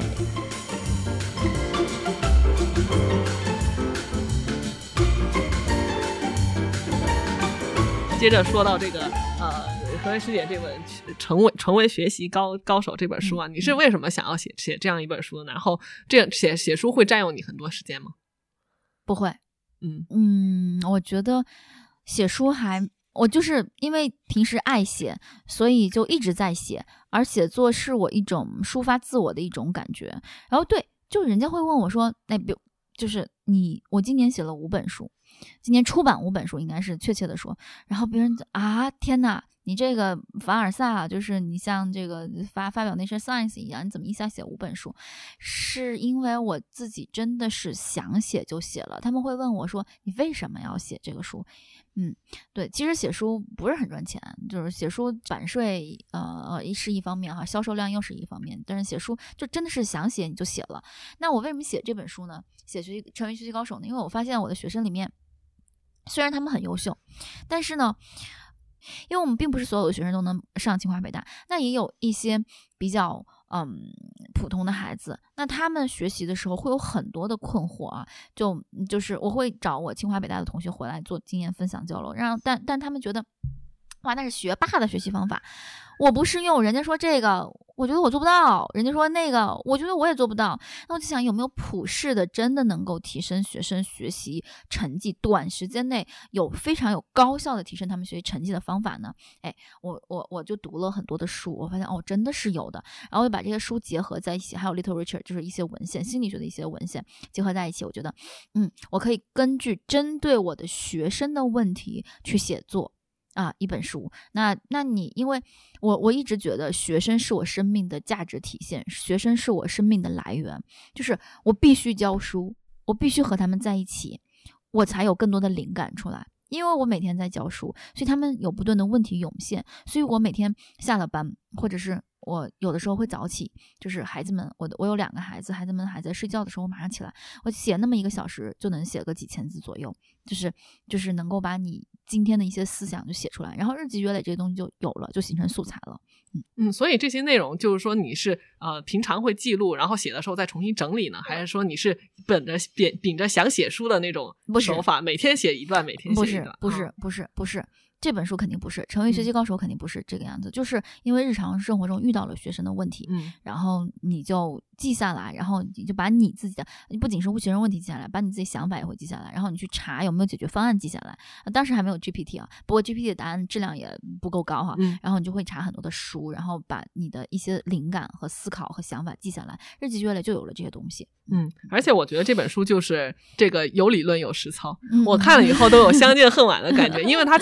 S2: 接着说到这个何为师姐这本成为学习高手这本书啊，你是为什么想要写这样一本书呢？然后这样写书会占用你很多时间吗？
S1: 不会。我觉得写书我就是因为平时爱写，所以就一直在写，而写作是我一种抒发自我的一种感觉。然后对，就人家会问我说，就是我今年写了5本书，今年出版5本书，应该是确切的说。然后别人天哪，你这个凡尔赛就是你像这个发表Nature Science一样，你怎么一下写5本书？是因为我自己真的是想写就写了。他们会问我说，你为什么要写这个书？对，其实写书不是很赚钱，就是写书版税是一方面哈，销售量又是一方面，但是写书就真的是想写你就写了。那我为什么写这本书呢？成为学习高手呢？因为我发现我的学生里面，虽然他们很优秀，但是呢，因为我们并不是所有的学生都能上清华北大，那也有一些比较普通的孩子，那他们学习的时候会有很多的困惑啊，就是我会找我清华北大的同学回来做经验分享交流，但他们觉得哇，那是学霸的学习方法，我不适用。人家说这个，我觉得我做不到；人家说那个，我觉得我也做不到。那我就想，有没有普世的，真的能够提升学生学习成绩，短时间内非常有高效的提升他们学习成绩的方法呢？我就读了很多的书，我发现真的是有的。然后我就把这些书结合在一起，还有 literature， 就是一些文献，心理学的一些文献结合在一起，我觉得，我可以针对我的学生的问题去写作。一本书，那你因为我一直觉得学生是我生命的价值体现，学生是我生命的来源，就是我必须教书，我必须和他们在一起，我才有更多的灵感出来。因为我每天在教书，所以他们有不断的问题涌现，所以我每天下了班，或者是我有的时候会早起，就是孩子们，我有2个孩子，孩子们还在睡觉的时候，我马上起来，我写那么1个小时就能写个几千字左右，就是能够把你今天的一些思想就写出来，然后日积月累这些东西就有了，就形成素材了。
S2: 所以这些内容就是说你是平常会记录，然后写的时候再重新整理呢，还是说你是秉着想写书的那种手法，每天写一段，每天写一段？
S1: 不是。这本书肯定不是，成为学习高手肯定不是这个样子，就是因为日常生活中遇到了学生的问题，然后你就记下来，然后你就把你自己的，不仅是学生问题记下来，把你自己想法也会记下来，然后你去查有没有解决方案记下来。当时还没有 GPT 啊，不过 GPT 的答案质量也不够高哈，然后你就会查很多的书，然后把你的一些灵感和思考和想法记下来，日积月累就有了这些东西。
S2: 而且我觉得这本书就是这个有理论有实操，我看了以后都有相见恨晚的感觉，因为它其实讲的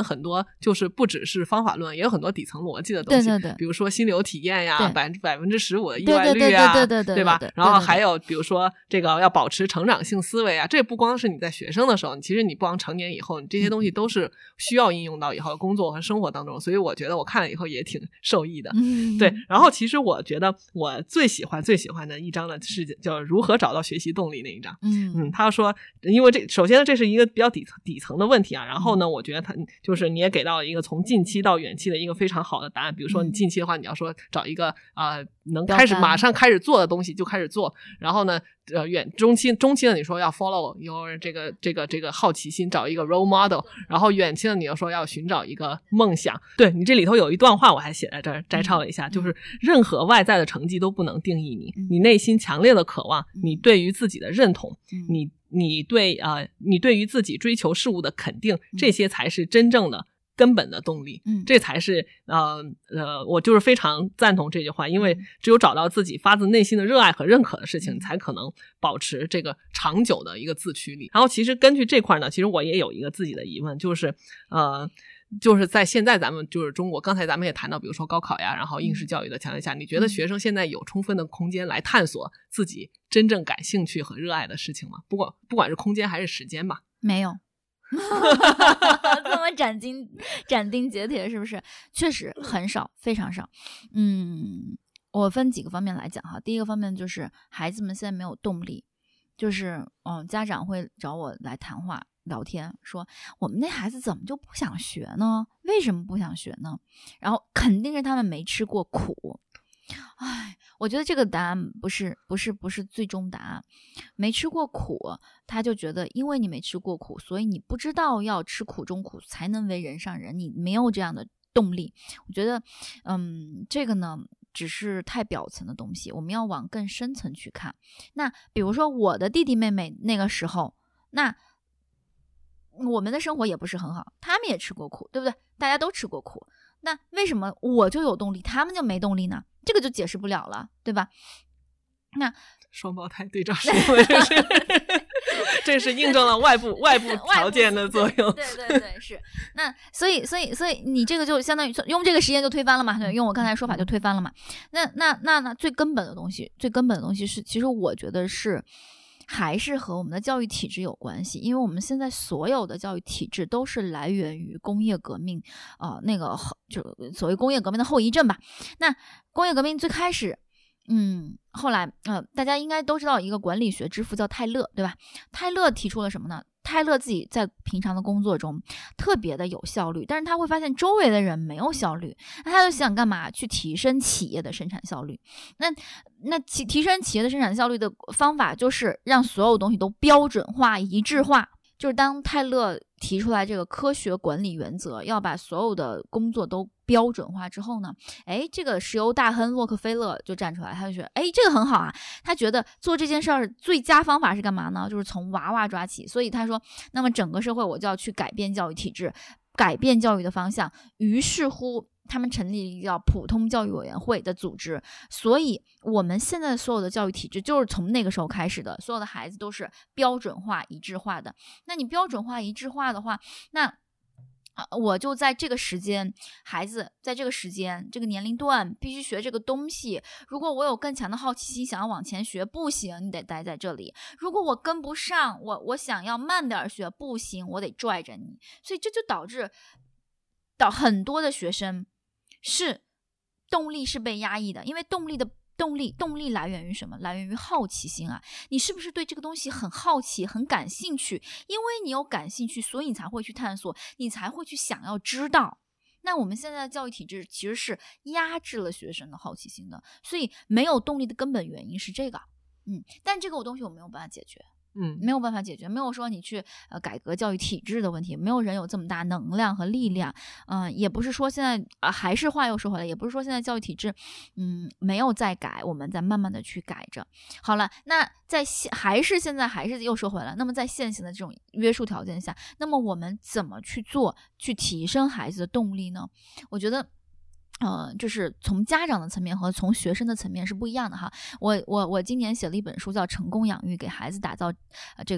S2: 很多就是不只是方法论，也有很多底层逻辑的东西，比如说心流体验呀，15%的意外率啊，对吧？然后还有比如说这个要保持成长性思维啊，这不光是你在学生的时候，其实你不光成年以后，你这些东西都是需要应用到以后工作和生活当中，所以我觉得我看了以后也挺受益的。对，然后其实我觉得我最喜欢的一章呢是叫如何找到学习动力那一章。他说因为首先呢这是一个比较底层的问题啊，然后呢我觉得他就是你也给到了一个从近期到远期的一个非常好的答案。比如说你近期的话，你要说找一个能马上开始做的东西就开始做，然后呢中期的你说要 follow 有这个好奇心，找一个 role model， 然后远期的你要说要寻找一个梦想。对，你这里头有一段话我还写在这儿摘抄了一下，就是任何外在的成绩都不能定义你内心强烈的渴望，你对于自己的认同，你对于自己追求事物的肯定，这些才是真正的根本的动力。这才是我就是非常赞同这句话，因为只有找到自己发自内心的热爱和认可的事情，才可能保持这个长久的一个自驱力。然后其实根据这块呢，其实我也有一个自己的疑问，就是在现在咱们就是中国，刚才咱们也谈到比如说高考呀，然后应试教育的条件下，你觉得学生现在有充分的空间来探索自己真正感兴趣和热爱的事情吗？不管是空间还是时间吧。
S1: 没有。这么斩钉截铁是不是？确实很少，非常少。我分几个方面来讲哈。第一个方面就是孩子们现在没有动力，就是家长会找我来谈话聊天，说我们那孩子怎么就不想学呢？为什么不想学呢？然后肯定是他们没吃过苦。我觉得这个答案不是最终答案。没吃过苦，他就觉得因为你没吃过苦，所以你不知道要吃苦中苦才能为人上人，你没有这样的动力。我觉得这个呢只是太表层的东西，我们要往更深层去看。那比如说我的弟弟妹妹那个时候，那我们的生活也不是很好，他们也吃过苦，对不对？大家都吃过苦，那为什么我就有动力，他们就没动力呢？这个就解释不了了，对吧？那
S2: 双胞胎对照实验，这是印证了外部条件的作用。
S1: 对，是。那所以你这个就相当于用这个实验就推翻了嘛？对，用我刚才说法就推翻了嘛？那最根本的东西是，其实我觉得是还是和我们的教育体制有关系，因为我们现在所有的教育体制都是来源于工业革命，就所谓工业革命的后遗症吧。那工业革命最开始，后来大家应该都知道一个管理学之父叫泰勒，对吧？泰勒提出了什么呢？泰勒自己在平常的工作中特别的有效率，但是他会发现周围的人没有效率，那他就想干嘛？去提升企业的生产效率。那提升企业的生产效率的方法就是让所有东西都标准化、一致化。就是当泰勒提出来这个科学管理原则，要把所有的工作都标准化之后呢，这个石油大亨洛克菲勒就站出来，他就觉得这个很好啊。他觉得做这件事儿最佳方法是干嘛呢？就是从娃娃抓起。所以他说，那么整个社会我就要去改变教育体制，改变教育的方向。于是乎他们成立了一个叫普通教育委员会的组织，所以我们现在所有的教育体制就是从那个时候开始的，所有的孩子都是标准化、一致化的。那你标准化、一致化的话，那我就在这个时间，孩子在这个时间、这个年龄段必须学这个东西。如果我有更强的好奇心，想要往前学，不行，你得待在这里。如果我跟不上，我想要慢点学，不行，我得拽着你。所以这就导致很多的学生是动力是被压抑的，因为动力来源于什么？来源于好奇心啊！你是不是对这个东西很好奇、很感兴趣？因为你有感兴趣，所以你才会去探索，你才会去想要知道。那我们现在的教育体制其实是压制了学生的好奇心的，所以没有动力的根本原因是这个。但这个东西我没有办法解决。没有办法解决，没有说你去改革教育体制的问题，没有人有这么大能量和力量。也不是说现在还是话又说回来，也不是说现在教育体制没有在改，我们在慢慢的去改着。好了，那现在还是又说回来，那么在现行的这种约束条件下，那么我们怎么去做，去提升孩子的动力呢？我觉得就是从家长的层面和从学生的层面是不一样的哈。我今年写了一本书叫《成功养育》，给孩子打造这个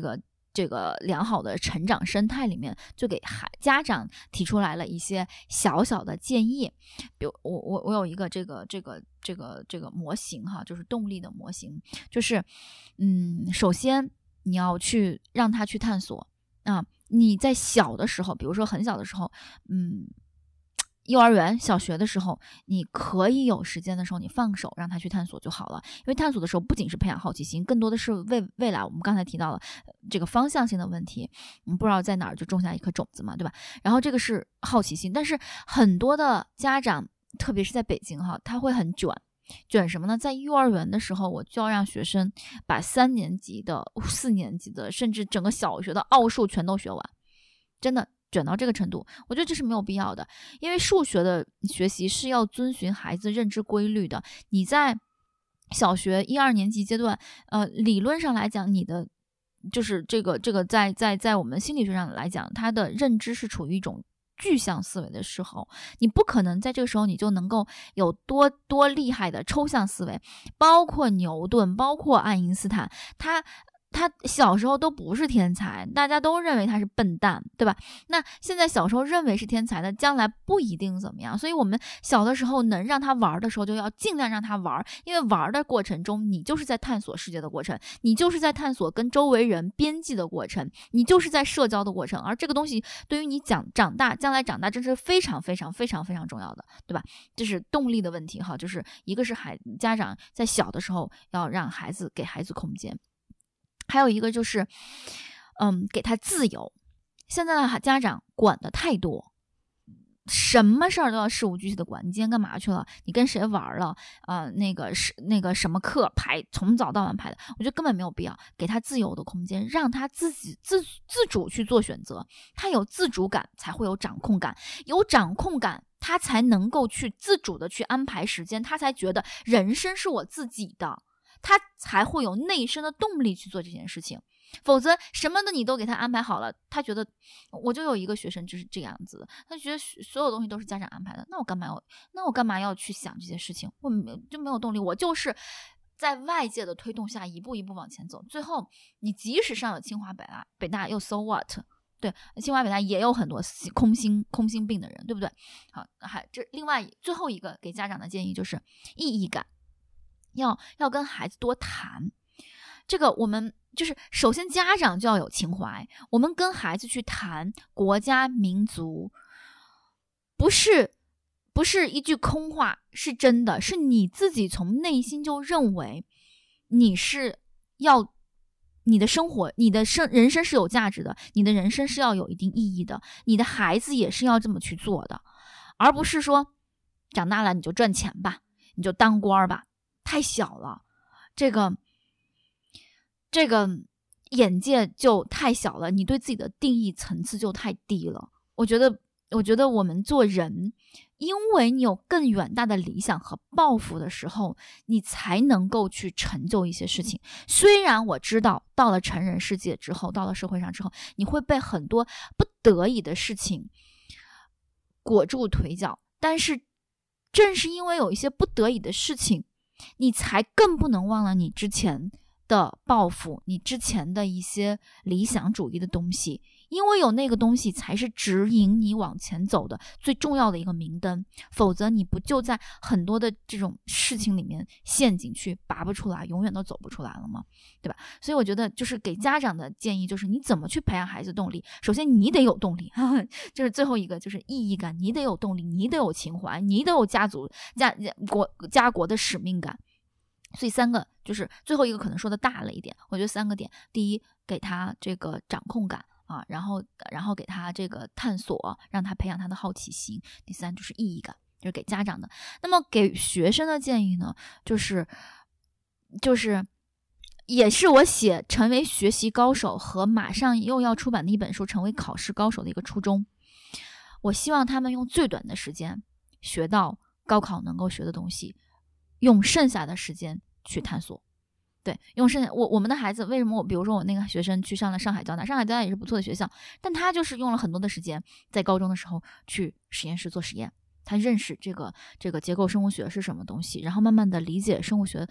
S1: 这个良好的成长生态里面，就给家长提出来了一些小小的建议。比如我有一个这个模型哈，就是动力的模型，就是首先你要去让他去探索啊。你在小的时候，比如说很小的时候，幼儿园、小学的时候，你可以有时间的时候，你放手让他去探索就好了。因为探索的时候，不仅是培养好奇心，更多的是为未来我们刚才提到了这个方向性的问题，不知道在哪儿就种下一颗种子嘛，对吧？然后这个是好奇心，但是很多的家长，特别是在北京哈，他会很卷什么呢？在幼儿园的时候，我就要让学生把3年级的、4年级的，甚至整个小学的奥数全都学完，真的。卷到这个程度，我觉得这是没有必要的，因为数学的学习是要遵循孩子认知规律的。你在小学1、2年级阶段，理论上来讲，你的就是这个在我们心理学上来讲，他的认知是处于一种具象思维的时候，你不可能在这个时候你就能够有多厉害的抽象思维，包括牛顿，包括爱因斯坦，他小时候都不是天才，大家都认为他是笨蛋，对吧？那现在小时候认为是天才的，将来不一定怎么样。所以我们小的时候能让他玩的时候，就要尽量让他玩，因为玩的过程中，你就是在探索世界的过程，你就是在探索跟周围人边际的过程，你就是在社交的过程。而这个东西对于你将来长大，这是非常非常非常非常重要的，对吧？这是动力的问题哈，就是一个是家长在小的时候要让给孩子空间。还有一个就是，给他自由。现在的家长管的太多，什么事儿都要事无巨细的管。你今天干嘛去了？你跟谁玩了？那个什么课排，从早到晚排的，我觉得根本没有必要。给他自由的空间，让他自己自主去做选择。他有自主感，才会有掌控感，有掌控感，他才能够去自主的去安排时间，他才觉得人生是我自己的。他才会有内生的动力去做这件事情，否则什么的你都给他安排好了，他觉得我就有一个学生就是这样子的，他觉得所有东西都是家长安排的，那我干嘛要去想这些事情？我就没有动力，我就是在外界的推动下一步一步往前走，最后你即使上了清华北大又 so what？ 对，清华北大也有很多空心病的人，对不对？好，另外最后一个给家长的建议就是意义感。要跟孩子多谈，这个我们就是首先家长就要有情怀，我们跟孩子去谈国家民族，不是一句空话，是真的，是你自己从内心就认为你的生活，你的人生是有价值的，你的人生是要有一定意义的，你的孩子也是要这么去做的，而不是说长大了你就赚钱吧，你就当官吧。太小了，这个眼界就太小了，你对自己的定义层次就太低了。我觉得我们做人，因为你有更远大的理想和抱负的时候，你才能够去成就一些事情。虽然我知道到了成人世界之后，到了社会上之后，你会被很多不得已的事情裹住腿脚，但是正是因为有一些不得已的事情，你才更不能忘了你之前的抱负，你之前的一些理想主义的东西，因为有那个东西才是指引你往前走的最重要的一个明灯，否则你不就在很多的这种事情里面陷进去拔不出来，永远都走不出来了吗？对吧？所以我觉得就是给家长的建议就是你怎么去培养孩子动力，首先你得有动力，就是最后一个就是意义感，你得有动力，你得有情怀，你得有家国的使命感。所以3个就是最后一个可能说的大了一点，我觉得3个点，第一给他这个掌控感啊，然后给他这个探索，让他培养他的好奇心，第3就是意义感，就是给家长的。那么给学生的建议呢，就是也是我写成为学习高手和马上又要出版的一本书成为考试高手的一个初衷。我希望他们用最短的时间学到高考能够学的东西，用剩下的时间去探索。对，用剩下我们的孩子为什么比如说我那个学生去上了上海交大也是不错的学校，但他就是用了很多的时间在高中的时候去实验室做实验，他认识这个结构生物学是什么东西，然后慢慢的理解生物学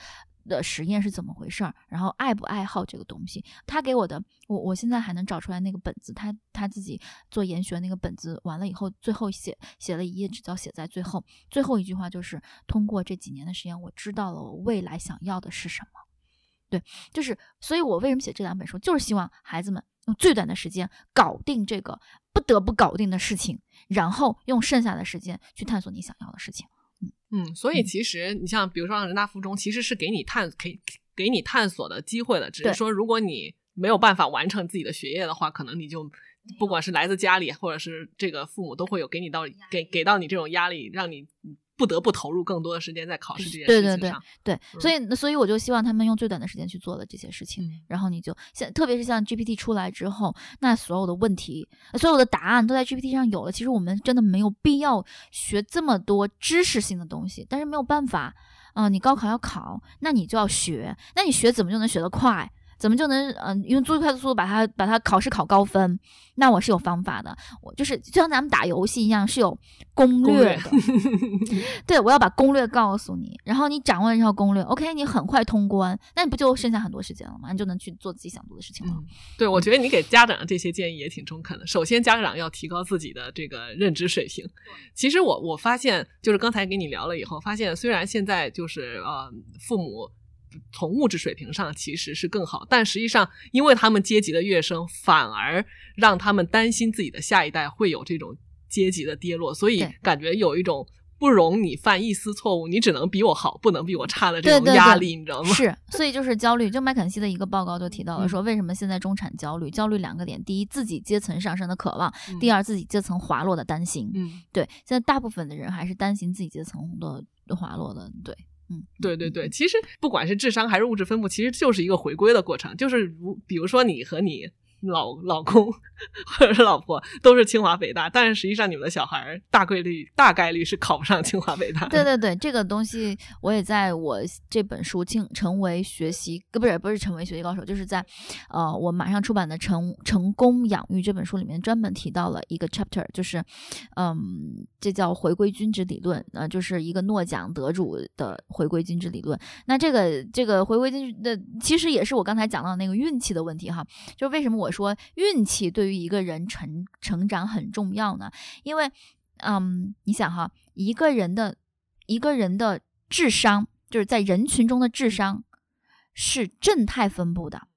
S1: 的实验是怎么回事儿，然后爱不爱好这个东西。他给我的，我现在还能找出来那个本子，他自己做研学那个本子完了以后，最后写了一页纸条，写在最后一句话就是通过这几年的实验，我知道了我未来想要的是什么。对，就是所以我为什么写这2本书，就是希望孩子们用最短的时间搞定这个不得不搞定的事情，然后用剩下的时间去探索你想要的事情。
S2: 所以其实你像比如说人大附中其实是给你探索的机会的，只是说如果你没有办法完成自己的学业的话，可能你就不管是来自家里或者是这个父母都会有给到你这种压力，让你不得不投入更多的时间在考试这件事情上。对，
S1: 所以我就希望他们用最短的时间去做了这些事情，然后你就特别是像 GPT 出来之后，那所有的问题所有的答案都在 GPT 上有了，其实我们真的没有必要学这么多知识性的东西，但是没有办法你高考要考，那你就要学，那你学怎么就能学得快，怎么就能用最快的速度把它考试考高分？那我是有方法的，我就是就像咱们打游戏一样是有攻略的对，我要把攻略告诉你，然后你掌握了这套攻略 OK 你很快通关，那你不就剩下很多时间了吗？你就能去做自己想做的事情了。
S2: 对，我觉得你给家长这些建议也挺中肯的。首先家长要提高自己的这个认知水平。其实我发现就是刚才跟你聊了以后发现，虽然现在就是父母从物质水平上其实是更好，但实际上因为他们阶级的跃升，反而让他们担心自己的下一代会有这种阶级的跌落，所以感觉有一种不容你犯一丝错误，你只能比我好不能比我差的这种压力。对，
S1: 你
S2: 知道吗？
S1: 是，所以就是焦虑。就麦肯锡的一个报告就提到了说，为什么现在中产焦虑2个点，第一自己阶层上升的渴望，第二自己阶层滑落的担心。对，现在大部分的人还是担心自己阶层的滑落的。
S2: 对，其实不管是智商还是物质分布，其实就是一个回归的过程。就是比如说你和你老公或者是老婆都是清华北大，但是实际上你们的小孩大概率是考不上清华北大的。
S1: 对，这个东西我也在我这本书成为学习不是成为学习高手，就是在我马上出版的成功养育这本书里面专门提到了一个 chapter， 就是这叫回归均值理论，就是一个诺奖得主的回归均值理论。那这个回归均值的其实也是我刚才讲到的那个运气的问题哈，就为什么我说运气对于一个人成长很重要呢？因为你想哈，一个人的智商，就是在人群中的智商是正态分布的，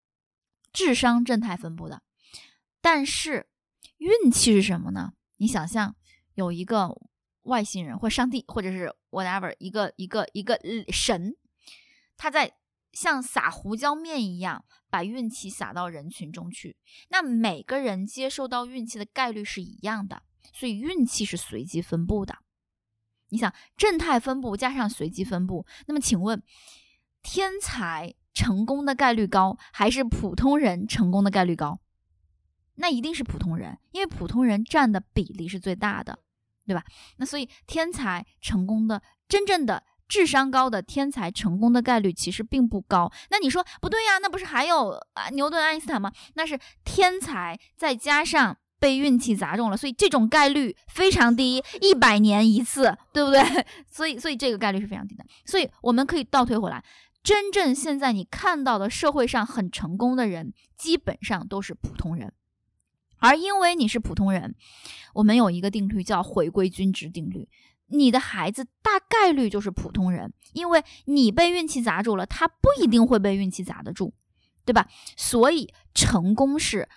S1: 但是运气是什么呢？你想象有一个外星人或上帝或者是 whatever 一个神，他在像撒胡椒面一样把运气撒到人群中去，那每个人接受到运气的概率是一样的，所以运气是随机分布的。你想正态分布加上随机分布，那么请问天才成功的概率高还是普通人成功的概率高？那一定是普通人，因为普通人占的比例是最大的，对吧？那所以天才成功的真正的智商高的天才成功的概率其实并不高。那你说不对呀，那不是还有牛顿爱因斯坦吗？那是天才再加上被运气砸中了，所以这种概率非常低，100年一次，对不对？所以这个概率是非常低的。所以我们可以倒推回来，真正现在你看到的社会上很成功的人基本上都是普通人，而因为你是普通人，我们有一个定律叫回归均值定律，你的孩子大概率就是普通人，因为你被运气砸住了，他不一定会被运气砸得住，对吧？所以成功是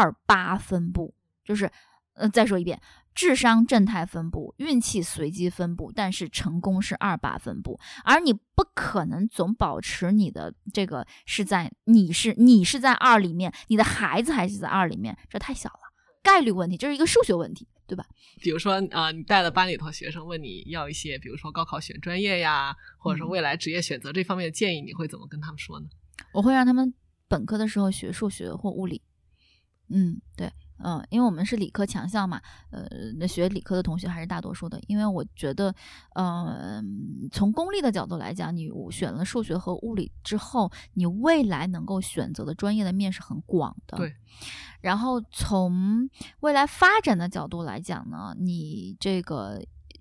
S1: 28分布，就是再说一遍，智商正态分布，运气随机分布，但是成功是28分布。而你不可能总保持你的这个是在你是在2里面，你的孩子还是在2里面，这太小了，概率问题，这是一个数学问题，对吧？
S2: 比如说你带了班里头学生问你要一些比如说高考选专业呀，或者说未来职业选择这方面的建议，你会怎么跟他们说呢？
S1: 我会让他们本科的时候学数学或物理。对，因为我们是理科强校嘛，学理科的同学还是大多数的。因为我觉得，从功利的角度来讲，你选了数学和物理之后，你未来能够选择的专业的面是很广的。
S2: 对。
S1: 然后从未来发展的角度来讲呢，你这个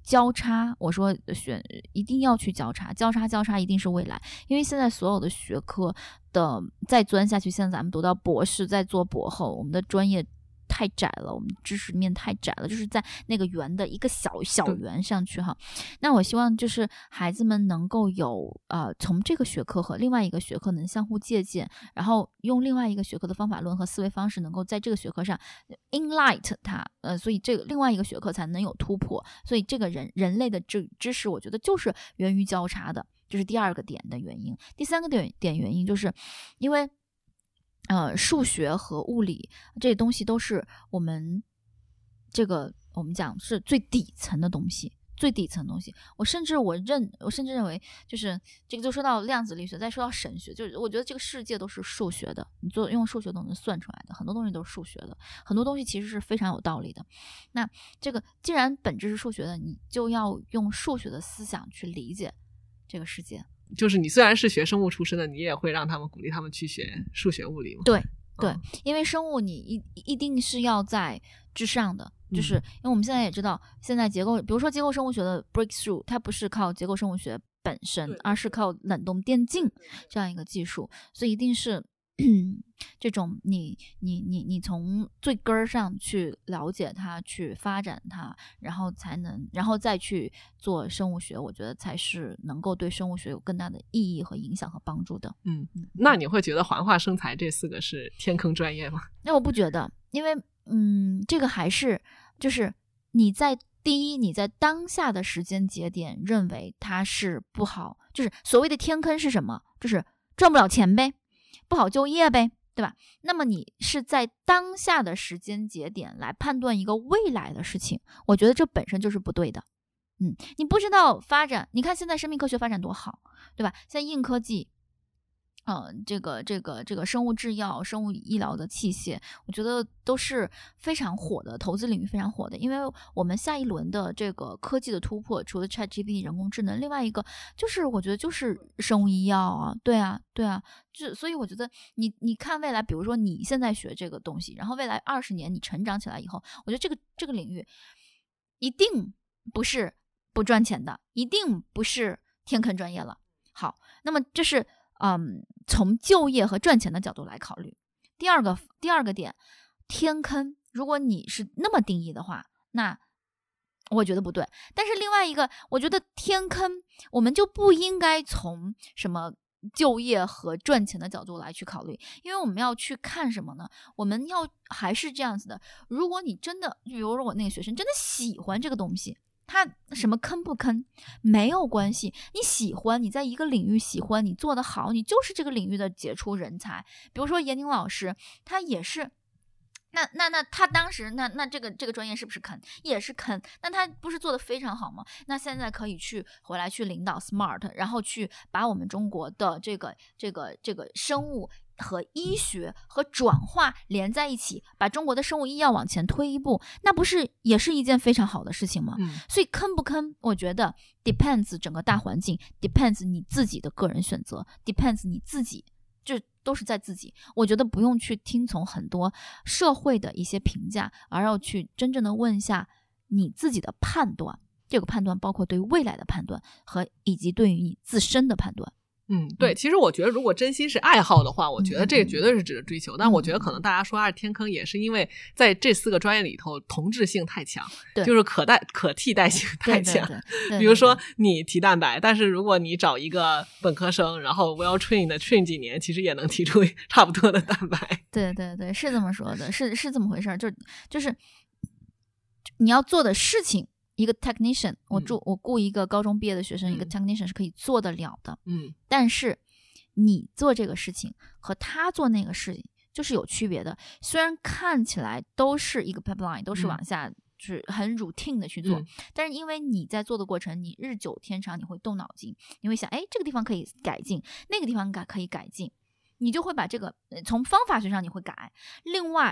S1: 交叉，我说一定要去交叉一定是未来，因为现在所有的学科的再钻下去，现在咱们读到博士再做博后，我们的专业太窄了，我们知识面太窄了，就是在那个圆的一个小圆上去哈。那我希望就是孩子们能够有从这个学科和另外一个学科能相互借鉴，然后用另外一个学科的方法论和思维方式能够在这个学科上 enlight 它，所以这个另外一个学科才能有突破。所以这个人类的知识我觉得就是源于交叉的，这是第二个点的原因。第三个点原因就是因为数学和物理这些东西都是我们讲是最底层的东西，我甚至认为，就是这个就说到量子力学，再说到神学，就是我觉得这个世界都是数学的，你用数学都能算出来的，很多东西都是数学的，很多东西其实是非常有道理的。那这个既然本质是数学的，你就要用数学的思想去理解这个世界。
S2: 就是你虽然是学生物出身的，你也会让他们鼓励他们去学数学物理吗？
S1: 对，因为生物你一定是要在之上的，就是因为我们现在也知道，现在比如说结构生物学的 breakthrough， 它不是靠结构生物学本身，而是靠冷冻电镜这样一个技术，所以一定是这种你从最根儿上去了解它，去发展它，然后再去做生物学，我觉得才是能够对生物学有更大的意义和影响和帮助的。
S2: 那你会觉得环化生财这4个是天坑专业吗？
S1: 那我不觉得，因为这个还是就是你在当下的时间节点认为它是不好，就是所谓的天坑是什么？就是赚不了钱呗，不好就业呗，对吧？那么你是在当下的时间节点来判断一个未来的事情，我觉得这本身就是不对的。你不知道发展，你看现在生命科学发展多好，对吧？现在硬科技这个生物制药、生物医疗的器械，我觉得都是非常火的，投资领域非常火的。因为我们下一轮的这个科技的突破，除了 ChatGPT 人工智能，另外一个就是我觉得就是生物医药啊，对啊，所以我觉得你看未来，比如说你现在学这个东西，然后未来20年你成长起来以后，我觉得这个领域一定不是不赚钱的，一定不是天坑专业了。好，那么这是从就业和赚钱的角度来考虑。第二个点，天坑，如果你是那么定义的话，那我觉得不对。但是另外一个，我觉得天坑，我们就不应该从什么就业和赚钱的角度来去考虑，因为我们要去看什么呢？我们要还是这样子的，如果你真的，比如说我那个学生真的喜欢这个东西，他什么坑不坑没有关系，你喜欢，你在一个领域喜欢，你做得好，你就是这个领域的杰出人才。比如说闫宁老师，他也是，那他当时那这个专业是不是坑？也是坑。那他不是做得非常好吗？那现在可以回来去领导 SMART， 然后去把我们中国的这个生物和医学和转化连在一起，把中国的生物医药往前推一步，那不是也是一件非常好的事情吗？所以坑不坑，我觉得 depends 整个大环境， depends 你自己的个人选择， depends 你自己，这都是在自己。我觉得不用去听从很多社会的一些评价，而要去真正的问一下你自己的判断。这个判断包括对未来的判断和以及对于你自身的判断。
S2: 对，其实我觉得如果真心是爱好的话，我觉得这个绝对是值得追求。但我觉得可能大家说它是天坑，也是因为在这4个专业里头同质性太强，就是可替代性太强。
S1: 对，
S2: 比如说你提蛋白，但是如果你找一个本科生，然后 well trained 的 train 几年，其实也能提出差不多的蛋白。
S1: 对，是这么说的，是这么回事。就是你要做的事情，一个 technician， 我雇一个高中毕业的学生，一个 technician 是可以做得了的。但是你做这个事情和他做那个事情就是有区别的。虽然看起来都是一个 pipeline， 都是往下就是很 routine 的去做，但是因为你在做的过程，你日久天长，你会动脑筋，你会想，这个地方可以改进，那个地方可以改进，你就会把这个从方法学上你会改。另外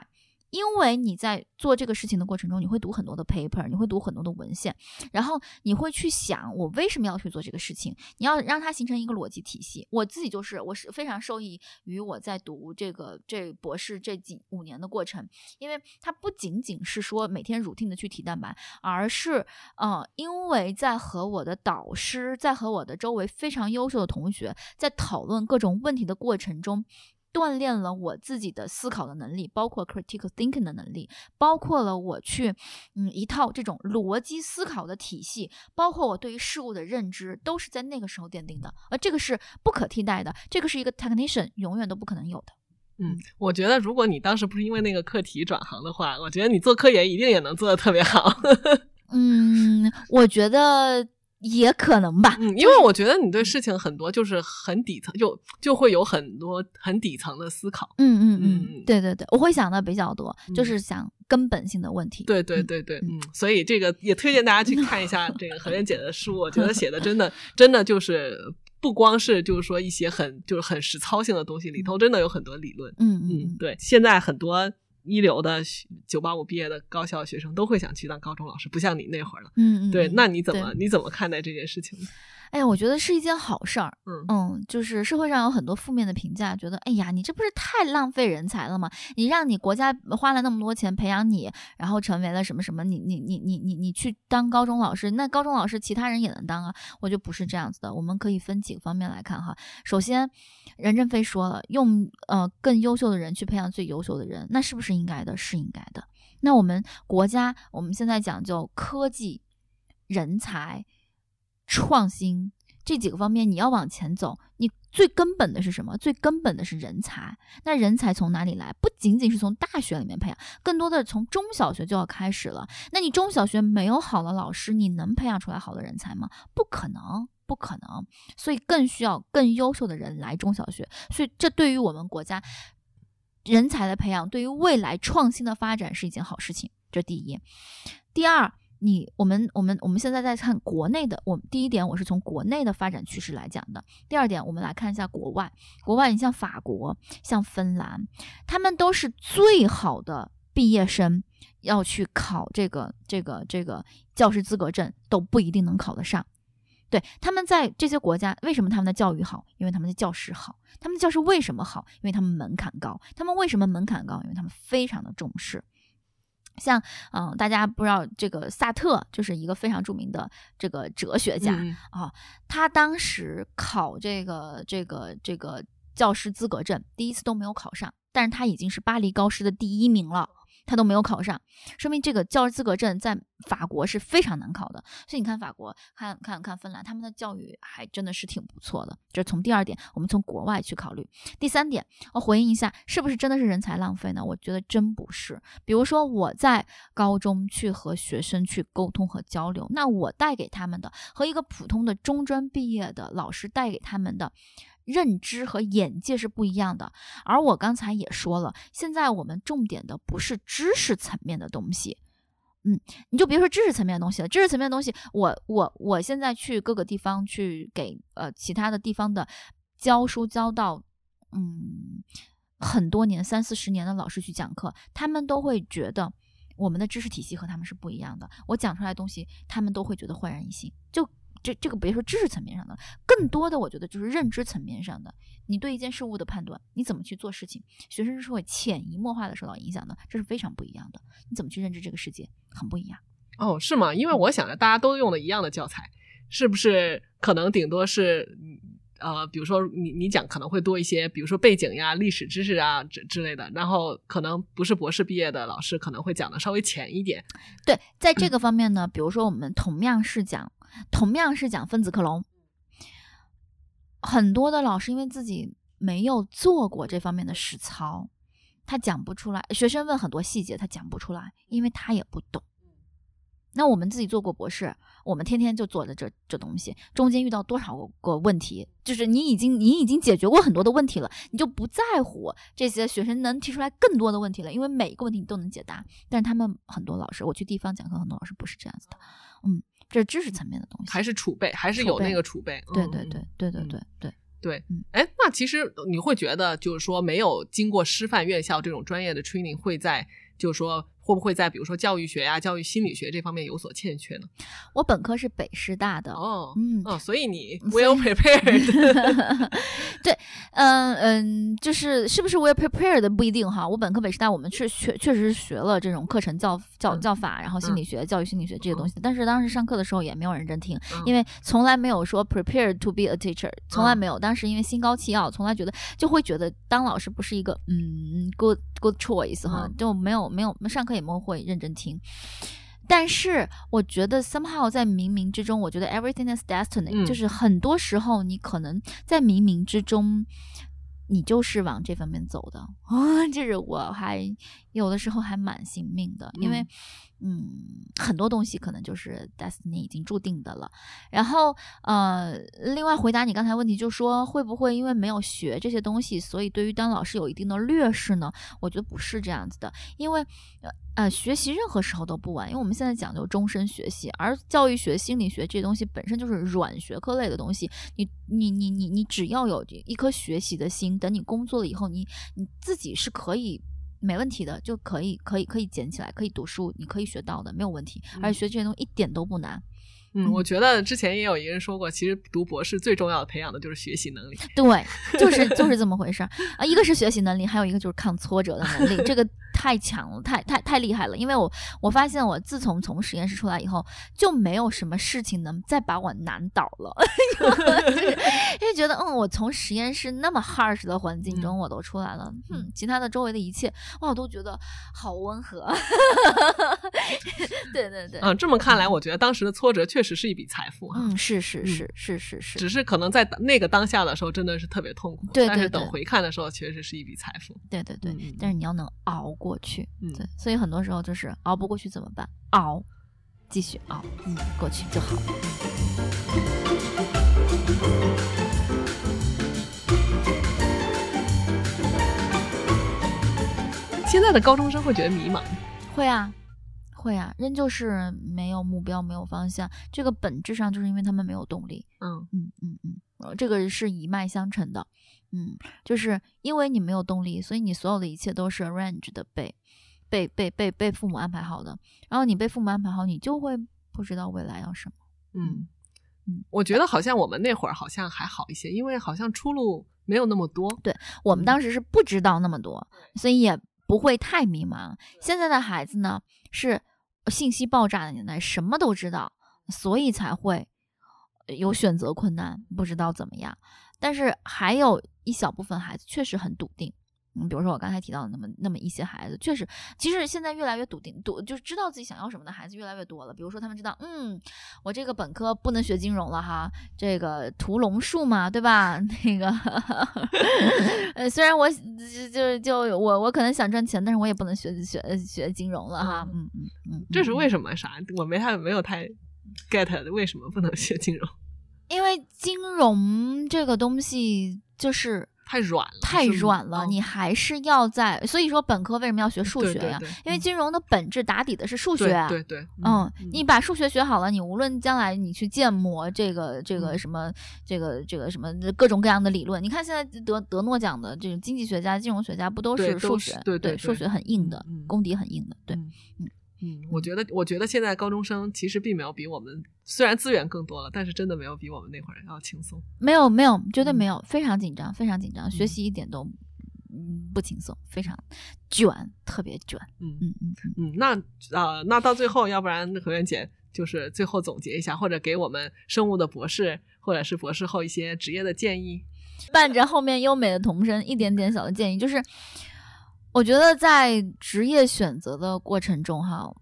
S1: 因为你在做这个事情的过程中，你会读很多的 paper， 你会读很多的文献，然后你会去想我为什么要去做这个事情，你要让它形成一个逻辑体系。我自己我是非常受益于我在读这博士这5年的过程，因为它不仅仅是说每天 routine 的去提蛋白，而是因为在和我的导师，在和我的周围非常优秀的同学在讨论各种问题的过程中，锻炼了我自己的思考的能力，包括 critical thinking 的能力，包括了我去一套这种逻辑思考的体系，包括我对于事物的认知，都是在那个时候奠定的，而这个是不可替代的，这个是一个 technician 永远都不可能有的。
S2: 我觉得如果你当时不是因为那个课题转行的话，我觉得你做科研一定也能做得特别好。
S1: 我觉得也可能吧，
S2: 因为我觉得你对事情很多就是很底层，就会有很多很底层的思考。
S1: 对对对，我会想的比较多，就是想根本性的问题。
S2: 对对对对，所以这个也推荐大家去看一下这个何媛姐的书，我觉得写的真的就是不光是就是说一些很实操性的东西，里头真的有很多理论。对，现在很多一流的985毕业的高校学生都会想去当高中老师，不像你那会儿了。对，那你怎么看待这件事情呢？
S1: 哎呀，我觉得是一件好事儿。就是社会上有很多负面的评价，觉得哎呀，你这不是太浪费人才了吗？你让你国家花了那么多钱培养你，然后成为了什么什么，你去当高中老师，那高中老师其他人也能当啊？我觉得不是这样子的，我们可以分几个方面来看哈。首先，任正非说了，用更优秀的人去培养最优秀的人，那是不是应该的？是应该的。那我们国家我们现在讲究科技、人才、创新这几个方面，你要往前走，你最根本的是什么？最根本的是人才。那人才从哪里来？不仅仅是从大学里面培养，更多的从中小学就要开始了。那你中小学没有好的老师，你能培养出来好的人才吗？不可能。所以更需要更优秀的人来中小学。所以这对于我们国家人才的培养，对于未来创新的发展是一件好事情，这第一。第二，我们现在在看国内的，第一点我是从国内的发展趋势来讲的。第二点，我们来看一下国外，你像法国、像芬兰，他们都是最好的毕业生要去考这个教师资格证都不一定能考得上。对，他们在这些国家，为什么他们的教育好？因为他们的教师好。他们的教师为什么好？因为他们门槛高。他们为什么门槛高？因为他们非常的重视。像大家不知道这个萨特就是一个非常著名的这个哲学家他当时考这个教师资格证第一次都没有考上，但是他已经是巴黎高师的第1名了，他都没有考上，说明这个教师资格证在法国是非常难考的。所以你看法国，看芬兰，他们的教育还真的是挺不错的。这是从第二点，我们从国外去考虑。第三点，我回应一下，是不是真的是人才浪费呢？我觉得真不是。比如说我在高中去和学生去沟通和交流，那我带给他们的和一个普通的中专毕业的老师带给他们的认知和眼界是不一样的。而我刚才也说了，现在我们重点的不是知识层面的东西，你就别说知识层面的东西了。知识层面的东西，我现在去各个地方去给其他的地方的教书教到很多年3-40年的老师去讲课，他们都会觉得我们的知识体系和他们是不一样的。我讲出来的东西，他们都会觉得焕然一新。就这个别说知识层面上的，更多的我觉得就是认知层面上的，你对一件事物的判断，你怎么去做事情，学生是会潜移默化的受到影响的，这是非常不一样的。你怎么去认知这个世界，很不一样。
S2: 哦，是吗？因为我想着大家都用的一样的教材，是不是可能顶多是比如说你讲可能会多一些，比如说背景呀、历史知识啊之类的，然后可能不是博士毕业的老师可能会讲的稍微浅一点。
S1: 对，在这个方面呢，比如说我们同样是讲分子克隆，很多的老师因为自己没有做过这方面的实操，他讲不出来。学生问很多细节，他讲不出来，因为他也不懂。那我们自己做过博士，我们天天就做的这东西，中间遇到多少个问题，就是你已经解决过很多的问题了，你就不在乎这些学生能提出来更多的问题了，因为每一个问题你都能解答。但是他们很多老师，我去地方讲课，很多老师不是这样子的。这是知识层面的东西，
S2: 还是储备，还是有那个储备。
S1: 对。
S2: 那其实你会觉得就是说没有经过师范院校这种专业的 training 会在就是说会不会在比如说教育学教育心理学这方面有所欠缺呢？
S1: 我本科是北师大的。
S2: 所以你 well prepared
S1: 对，就是是不是 well prepared 不一定哈。我本科北师大我们确实是学了这种课程教法，然后心理学、教育心理学这些东西，但是当时上课的时候也没有认真听，因为从来没有说 prepared to be a teacher， 从来没有。当时因为心高气傲，从来就会觉得当老师不是一个good choice 哈，就没有上课也没有会认真听。但是我觉得 somehow 在冥冥之中，我觉得 everything is destiny，就是很多时候你可能在冥冥之中你就是往这方面走的就是我还有的时候还蛮信命的，因为很多东西可能就是 destiny 已经注定的了。然后另外回答你刚才问题，就是说会不会因为没有学这些东西，所以对于当老师有一定的劣势呢？我觉得不是这样子的，因为学习任何时候都不晚，因为我们现在讲究终身学习，而教育学、心理学这些东西本身就是软学科类的东西，你只要有一颗学习的心，等你工作了以后，你自己是可以没问题的，就可以捡起来，可以读书，你可以学到的，没有问题。而且学这些东西一点都不难。
S2: 我觉得之前也有一个人说过，其实读博士最重要的培养的就是学习能力。
S1: 对，就是这么回事啊。一个是学习能力，还有一个就是抗挫折的能力，这个太强了，太厉害了。因为我发现我自从实验室出来以后，就没有什么事情能再把我难倒了。因为觉得我从实验室那么 harsh 的环境中我都出来了，其他的周围的一切我都觉得好温和。对对对，
S2: 这么看来，我觉得当时的挫折确实是一笔财富
S1: 是，
S2: 只是可能在那个当下的时候真的是特别痛苦，
S1: 对，
S2: 但是等回看的时候确实是一笔财富。
S1: 对，但是你要能熬过去，对，所以很多时候就是熬不过去怎么办？熬，继续熬，过去就好。
S2: 现在的高中生会觉得迷茫？
S1: 会啊，仍旧是没有目标，没有方向，这个本质上就是因为他们没有动力。这个是一脉相承的。就是因为你没有动力，所以你所有的一切都是 arrange 的被父母安排好的，然后你被父母安排好，你就会不知道未来要什么。
S2: 我觉得好像我们那会儿好像还好一些，因为好像出路没有那么多。
S1: 对，我们当时是不知道那么多，所以也不会太迷茫。现在的孩子呢，是信息爆炸的年代，什么都知道，所以才会有选择困难，不知道怎么样。但是还有一小部分孩子确实很笃定，比如说我刚才提到的那么一些孩子，确实，其实现在越来越笃定，就是知道自己想要什么的孩子越来越多了。比如说他们知道，我这个本科不能学金融了哈，这个屠龙术嘛，对吧？那个，虽然我我可能想赚钱，但是我也不能学金融了哈。
S2: 这是为什么？啥？我没有太 get 为什么不能学金融？
S1: 因为金融这个东西就是
S2: 太软了，
S1: 你还是要在，所以说本科为什么要学数学呀？因为金融的本质打底的是数学啊。
S2: 对，
S1: 你把数学学好了，你无论将来你去建模这个什么这个什么各种各样的理论，你看现在得诺奖的这种经济学家、金融学家不都是数学？
S2: 对，
S1: 数学很硬的，功底很硬的，对。
S2: 我觉得现在高中生其实并没有比我们，虽然资源更多了，但是真的没有比我们那会儿要轻松。没有，
S1: 绝对没有，非常紧张，学习一点都不轻松，非常卷，特别卷。
S2: 那到最后，要不然何媛姐就是最后总结一下，或者给我们生物的博士或者是博士后一些职业的建议，
S1: 伴着后面优美的童声，一点点小的建议，就是我觉得在职业选择的过程中哈，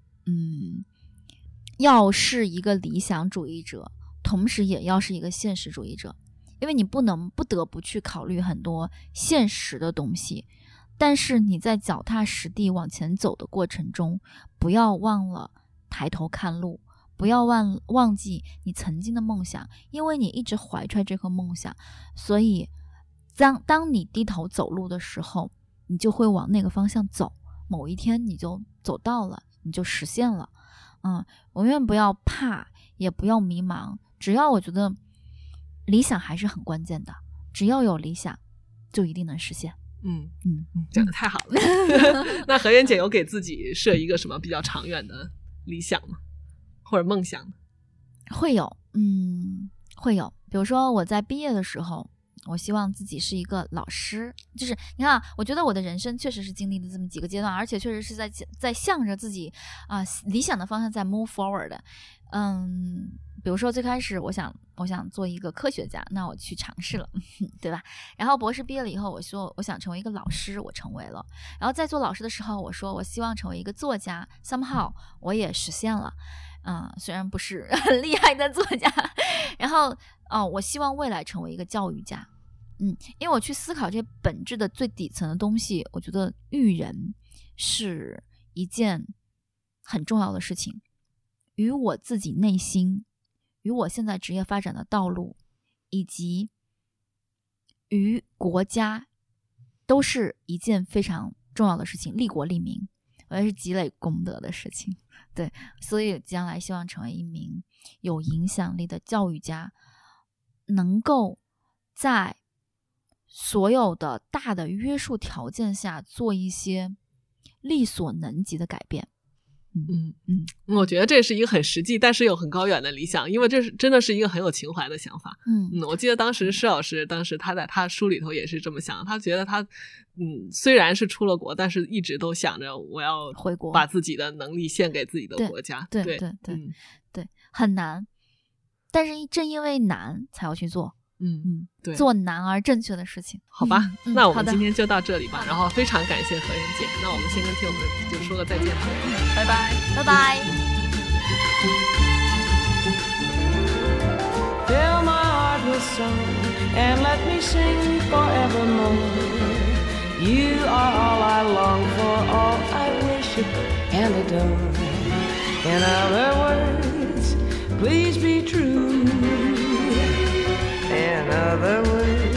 S1: 要是一个理想主义者，同时也要是一个现实主义者，因为你不得不去考虑很多现实的东西，但是你在脚踏实地往前走的过程中，不要忘了抬头看路，不要忘记你曾经的梦想，因为你一直怀揣这颗梦想，所以当你低头走路的时候，你就会往那个方向走，某一天你就走到了，你就实现了。永远不要怕，也不要迷茫，只要我觉得理想还是很关键的，只要有理想， 就一定能实现。
S2: 讲得太好了。那何媛姐有给自己设一个什么比较长远的理想吗？或者梦想呢？
S1: 会有，会有。比如说我在毕业的时候，我希望自己是一个老师。就是你看，我觉得我的人生确实是经历了这么几个阶段，而且确实是在向着自己理想的方向在 move forward 的。比如说最开始我想做一个科学家，那我去尝试了，对吧？然后博士毕业了以后，我说我想成为一个老师，我成为了。然后在做老师的时候，我说我希望成为一个作家 ，somehow 我也实现了。虽然不是很厉害的作家。然后我希望未来成为一个教育家。因为我去思考这些本质的最底层的东西，我觉得育人是一件很重要的事情，与我自己内心，与我现在职业发展的道路，以及与国家，都是一件非常重要的事情，利国利民，我觉得是积累功德的事情。对，所以将来希望成为一名有影响力的教育家，能够在所有的大的约束条件下做一些力所能及的改变。
S2: 我觉得这是一个很实际但是又很高远的理想，因为这是真的是一个很有情怀的想法。我记得当时施老师当时他在他书里头也是这么想，他觉得他虽然是出了国，但是一直都想着我要
S1: 回国，把
S2: 自己的能力献给自己的国家。
S1: 对，很难，但是正因为难才要去做。对，做难而正确的事情。
S2: 好吧，那我们今天就到这里吧。然后非常感谢何媛姐，那我们先跟听友们就说个再见吧。拜拜，
S1: 拜拜。Fill my heart with song and let me sing forevermore. You are all I long for, all I worship and adore. In other words, please be true. In other words,